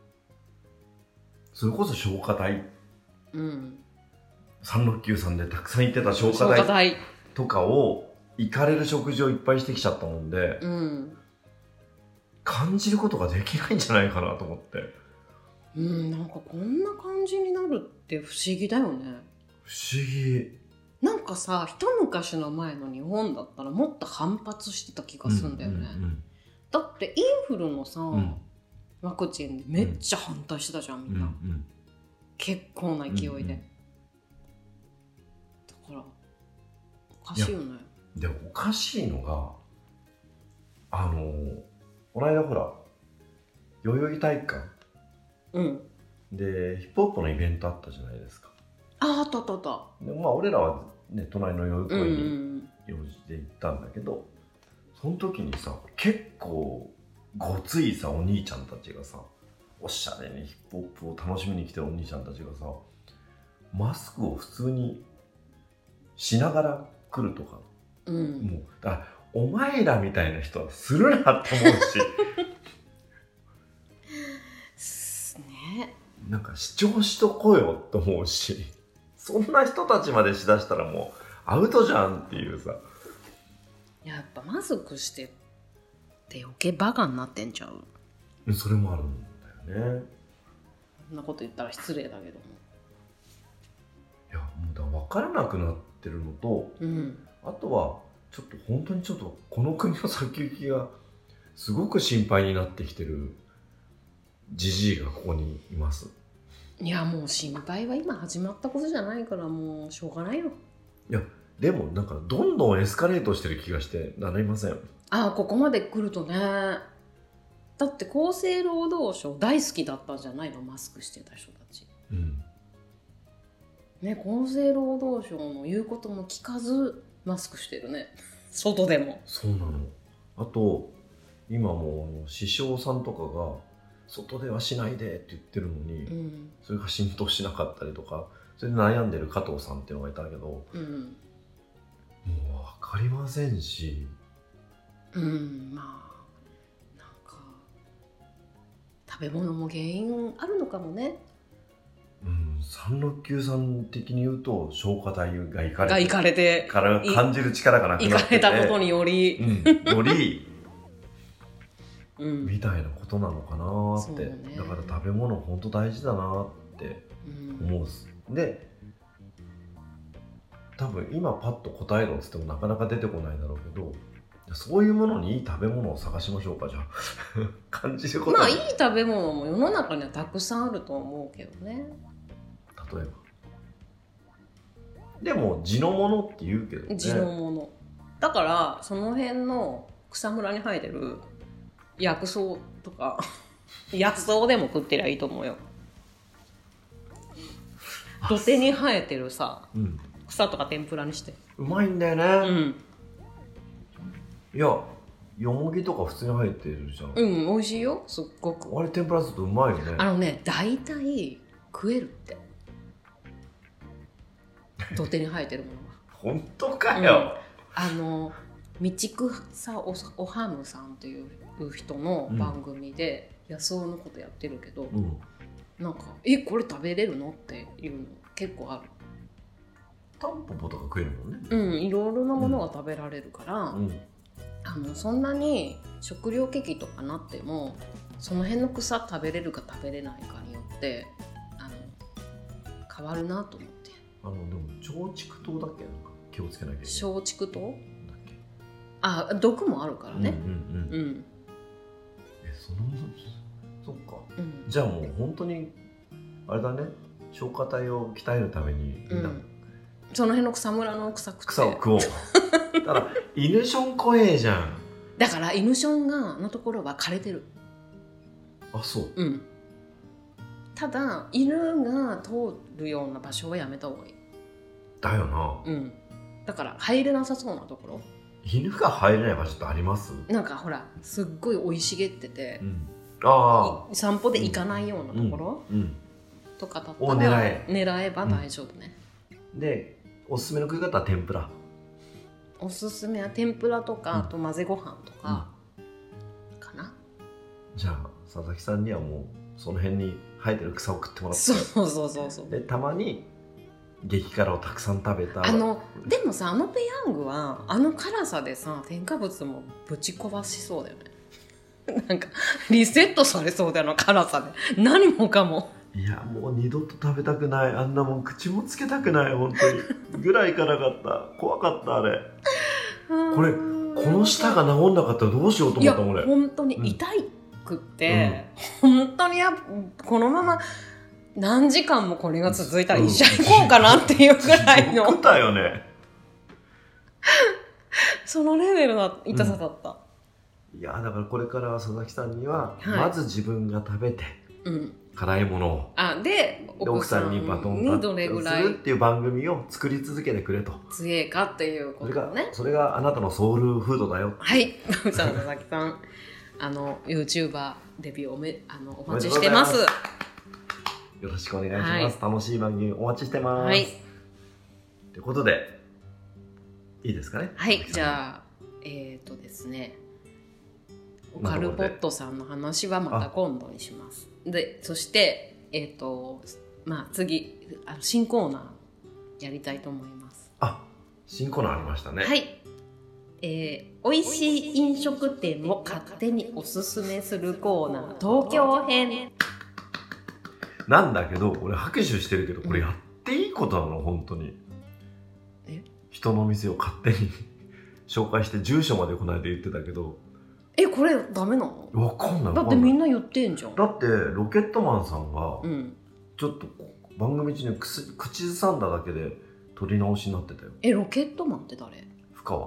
それこそ消化体、3693でたくさん行ってた消化体とかを行かれる食事をいっぱいしてきちゃったもんで、感じることができないんじゃないかなと思って。 なんかこんな感じになるって不思議だよね。 不思議。 なんかさ、一昔の前の日本だったらもっと反発してた気がするんだよね。だってインフルのさ、ワクチンでめっちゃ反対してたじゃん、みんな。結構な勢いで。だからおかしいよね。 でおかしいのがこの間ほら代々木体育館、でヒップホップのイベントあったじゃないですか。 あった。 で俺らはね隣の代々木公園に用事で行ったんだけど、その時にさ結構ごついさお兄ちゃんたちがさ、おしゃれにヒップホップを楽しみに来てるお兄ちゃんたちがさ、マスクを普通にしながら来るとか、もうだからお前らみたいな人はするなって思うしね、 なんか主張しとこうよって思うし、そんな人たちまでしだしたらもうアウトじゃんっていうさ。 やっぱマスクしてって余計バカになってんちゃう。 それもあるんだよね。 そんなこと言ったら失礼だけども。 いやもうだから分からなくなってるのと、あとはちょっと本当にこの国の先行きがすごく心配になってきてるじじいがここにいます。 いやもう心配は今始まったことじゃないからもうしょうがないよ。 いやでもなんかどんどんエスカレートしてる気がしてなりません？ ここまで来るとね。だって厚生労働省大好きだったんじゃないの、マスクしてた人たち。ね、厚生労働省の言うことも聞かずマスクしてるね。外でも。 そうなの。あと今も首相さんとかが外ではしないでって言ってるのに、それが浸透しなかったりとか、それで悩んでる加藤さんっていうのがいたけど、もう分かりませんし、 まあなんか食べ物も原因あるのかもね。 369さん的に言うと消化体がいかれてから感じる力がなくなってて、 いかれたことにより、 よりみたいなことなのかなって、 ね、 だから食べ物本当大事だなって思うで、多分今パッと答えろっつってもなかなか出てこないだろうけど、そういうものにいい食べ物を探しましょうか。じゃあ感じることまあいい食べ物も世の中にはたくさんあると思うけどね。 例えばでも地のものって言うけどね。 地のものだからその辺の草むらに生えてる薬草とか野草でも食ってりゃいいと思うよ。土手に生えてるさ、草とか天ぷらにしてうまいんだよね。いやよもぎとか普通に生えてるじゃん。 美味しいよ、すっごく。 あれ天ぷらするとうまいよね。 大体食えるって土手に生えてるものは。 本当かよ。 道草おはむさんっていう人の番組で野草のことやってるけど、なんかこれ食べれるのっていうの結構ある。 タンポポとか食えるもんね。 いろいろなものが食べられるから、そんなに食糧危機とかなってもその辺の草食べれるか食べれないかによって変わるなと思って。 でも腸畜糖だっけ、なんか気をつけなきゃいけない。 小畜糖？毒もあるからね。 そっか、じゃあもう本当にあれだね、消化体を鍛えるためにみんな、 その辺の草むらの草を食おうただ犬ション怖えじゃん。 だから犬ションのところは枯れてる。 あ、そう。 ただ犬が通るような場所はやめた方がいい。 だよな。 だから入れなさそうなところ。 犬が入れない場所ってあります？ なんかほらすっごい生い茂ってて、散歩で行かないようなところ、とかだったら狙えば大丈夫ね。 でおすすめの食い方は天ぷら。 おすすめは天ぷらとか、あと混ぜご飯とか、かな。 じゃあ佐々木さんにはもうその辺に生えてる草を食ってもらって、 そうでたまに激辛をたくさん食べた。 でもさ、ペヤングは辛さでさ添加物もぶち壊しそうだよねなんかリセットされそうだよ、辛さで何もかも。 いやもう二度と食べたくない、あんなもん口もつけたくない、本当にぐらい辛かった。怖かったあれこの舌が治んなかったらどうしようと思ったもん。俺本当に痛くって、本当にこのまま何時間もこれが続いたら医者行こうかなっていうぐらいのだよねそのレベルの痛さだった。 いやだからこれから佐々木さんには、まず自分が食べて、辛いものをで奥さんにバトンタッチするっていう番組を作り続けてくれと。 強えかっていうことね。 それがあなたのソウルフードだよ。 はい佐々木さんYouTuber デビューお待ちしてます。 よろしくお願いします、楽しい番組お待ちしてます。ということでいいですかね。 じゃあですね、オカルポットさんの話はまた今度にします。でそして次新コーナーやりたいと思います。 新コーナーありましたね。 美味しい飲食店を勝手におすすめするコーナー、東京編なんだけど、俺拍手してるけど、これやっていいことなの？本当に人の店を勝手に紹介して住所までこの間言ってたけど、これダメなの？わかんない。 だってみんな言ってんじゃん。 だってロケットマンさんがちょっと番組中に口ずさんだだけで撮り直しになってたよ。 ロケットマンって誰？ 深川。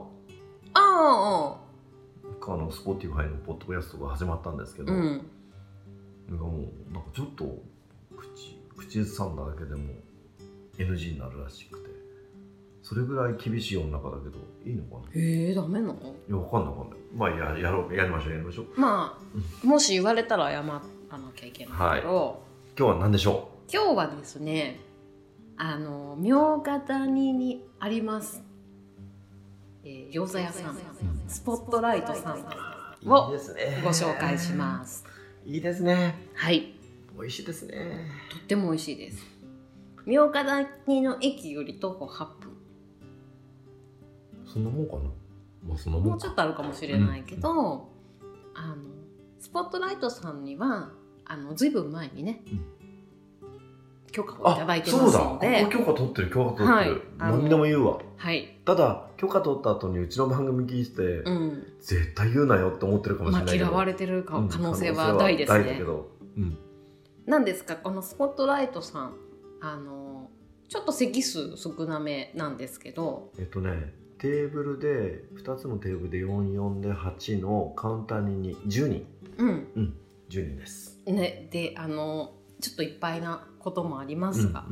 深川の Spotify のポッドキャストが始まったんですけど、なんかちょっと口ずさんだだけでも NG になるらしくて、それぐらい厳しい世の中だけどいいのかな。ダメなの？いや、わかんない。やりましょう。 もし言われたら謝らなきゃいけないけど、 今日は何でしょう？ 今日はですね、茗荷谷にあります餃子屋さん、スポットライトさんをご紹介します。 いいですね。 はい。 美味しいですね。 とっても美味しいです。茗荷谷の駅より徒歩8分。 そんなもんかな。まあそんなもんか。 もうちょっとあるかもしれないけど、スポットライトさんにはずいぶん前にね、許可をいただいてますので。 そうだ、ここ許可取ってる、はい、何でも言うわ。 はい。 ただ許可取った後にうちの番組聞いて、絶対言うなよって思ってるかもしれないけど、 嫌われてる可能性は大ですね。 大だけど、 なんですか、このスポットライトさん、ちょっと席数少なめなんですけど、 テーブルで2つのテーブルで44で8のカウンターに10人、10人ですね。でちょっといっぱいなこともありますが、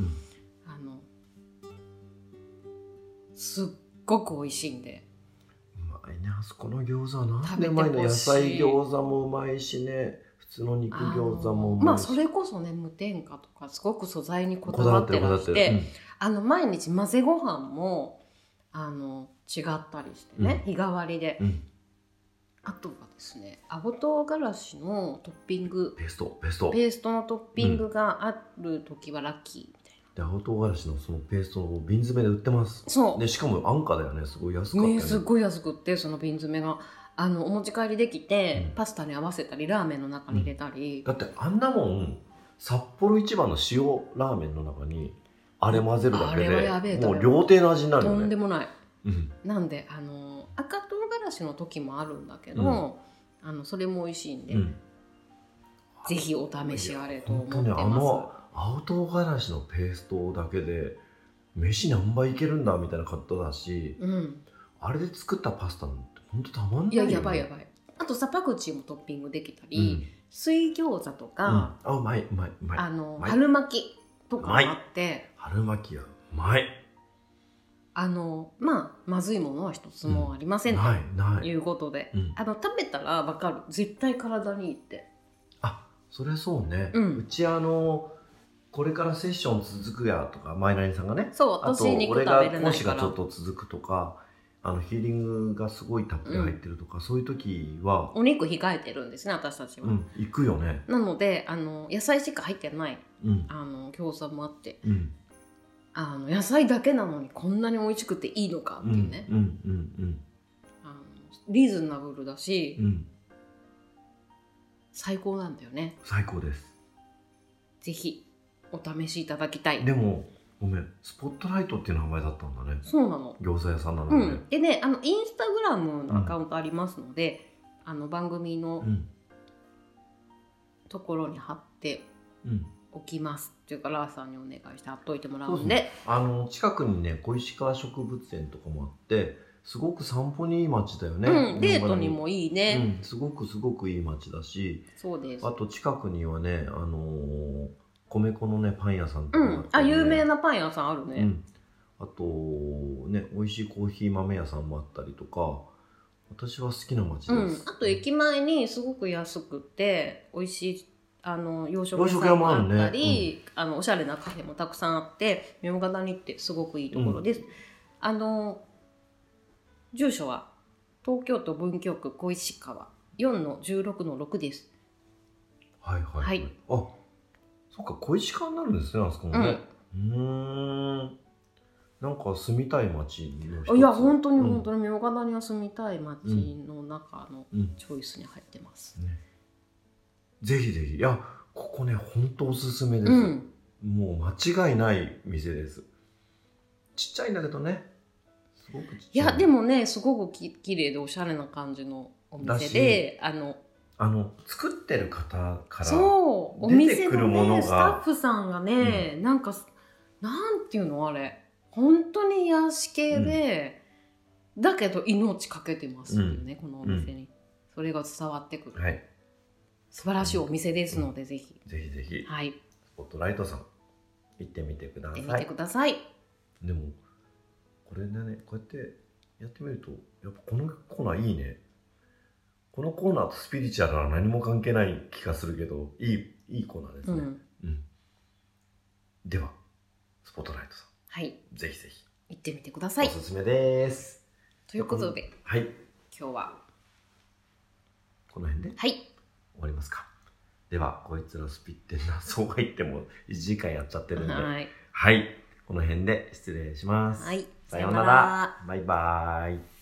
すっごく美味しいんで。 うまいね、あそこの餃子はなんでうまいの。野菜餃子もうまいしね、普通の肉餃子もうまいし、 それこそね、無添加とかすごく素材にこだわってらして、毎日混ぜご飯も違ったりしてね、日替わりで、あとはですね、青唐辛子のトッピング、 ペーストのトッピングがある時はラッキーみたいな。 で、青唐辛子のそのペーストを瓶詰めで売ってます。 そうで、しかも安価だよね。すごい安かったよね。 すごい安くって、その瓶詰めがお持ち帰りできて、パスタに合わせたりラーメンの中に入れたり、 だってあんなもん札幌一番の塩ラーメンの中にあれ混ぜるだけでもう料亭の味になるよね。 とんでもない、なんで赤唐辛子の時もあるんだけど、それも美味しいんで、ぜひお試しあれと思ってます。 本当に青唐辛子のペーストだけで飯何杯いけるんだみたいな方だし、あれで作ったパスタなんて本当たまんないよね。 やばい。あとさ、パクチーもトッピングできたり、水餃子とか、 うまい春巻きとかもあって、 春巻きはうまい。 まずいものは一つもありませんということで、食べたら分かる、絶対体にいいって。 それそうね、うちこれからセッション続くやとか、マイナリさんがね、 そう、私肉食べれないから、 俺が講師がちょっと続くとか、ヒーリングがすごいたっぷり入ってるとか、そういう時はお肉控えてるんですね、私たちは。 行くよね。 なので野菜しか入ってない、餃子もあって、野菜だけなのにこんなに美味しくていいのかっていうね、リーズナブルだし、最高なんだよね。 最高です。 ぜひお試しいただきたい。 でもごめん、スポットライトっていう名前だったんだね。 そうなの。 餃子屋さんなのね。 でね、インスタグラムのアカウントありますので、番組のところに貼っておきますっていうか、ラーさんにお願いして貼っといてもらうんで。 近くにね、小石川植物園とかもあって、すごく散歩にいい街だよね。 デートにもいいね。 すごくいい街だし、 そうです。 あと近くにはね、米粉のねパン屋さんとかあって、有名なパン屋さんあるね。 あとね、美味しいコーヒー豆屋さんもあったりとか、私は好きな街です。 あと駅前にすごく安くて美味しい洋食屋さんもあったり、おしゃれなカフェもたくさんあって、茗荷谷ってすごくいいところです。住所は東京都文京区小石川 4-16-6 です。 はい。そっか、小石川になるんですね、あそこもね。なんか住みたい街の一つ。 いや、本当に茗荷谷は住みたい街の中のチョイスに入ってます。 ぜひ。いや、ここね、本当おすすめです。もう間違いない店です。ちっちゃいんだけどね。すごくちっちゃい。 いや、でもね、すごくきれいでおしゃれな感じのお店で、 作ってる方からお店のね、スタッフさんがね、なんていうのあれ、本当に癒し系で、だけど命かけてますっていうね、このお店に。それが伝わってくる。素晴らしいお店ですので、ぜひ。 ぜひ。 はい。 スポットライトさん、行ってみてください。 行ってみてください。 でも、これね、こうやってやってみると、やっぱこのコーナーいいね。このコーナーとスピリチュアルは何も関係ない気がするけど、いいコーナーですね。では、スポットライトさん。 はい。 ぜひぜひ。 行ってみてください。 おすすめです。 ということで、 はい。 今日はこの辺で終わりますか。 では、こいつらスピってんな。そうは言っても1時間やっちゃってるんで。 はい。 はい。この辺で失礼します。 はい。 さようなら。バイバーイ。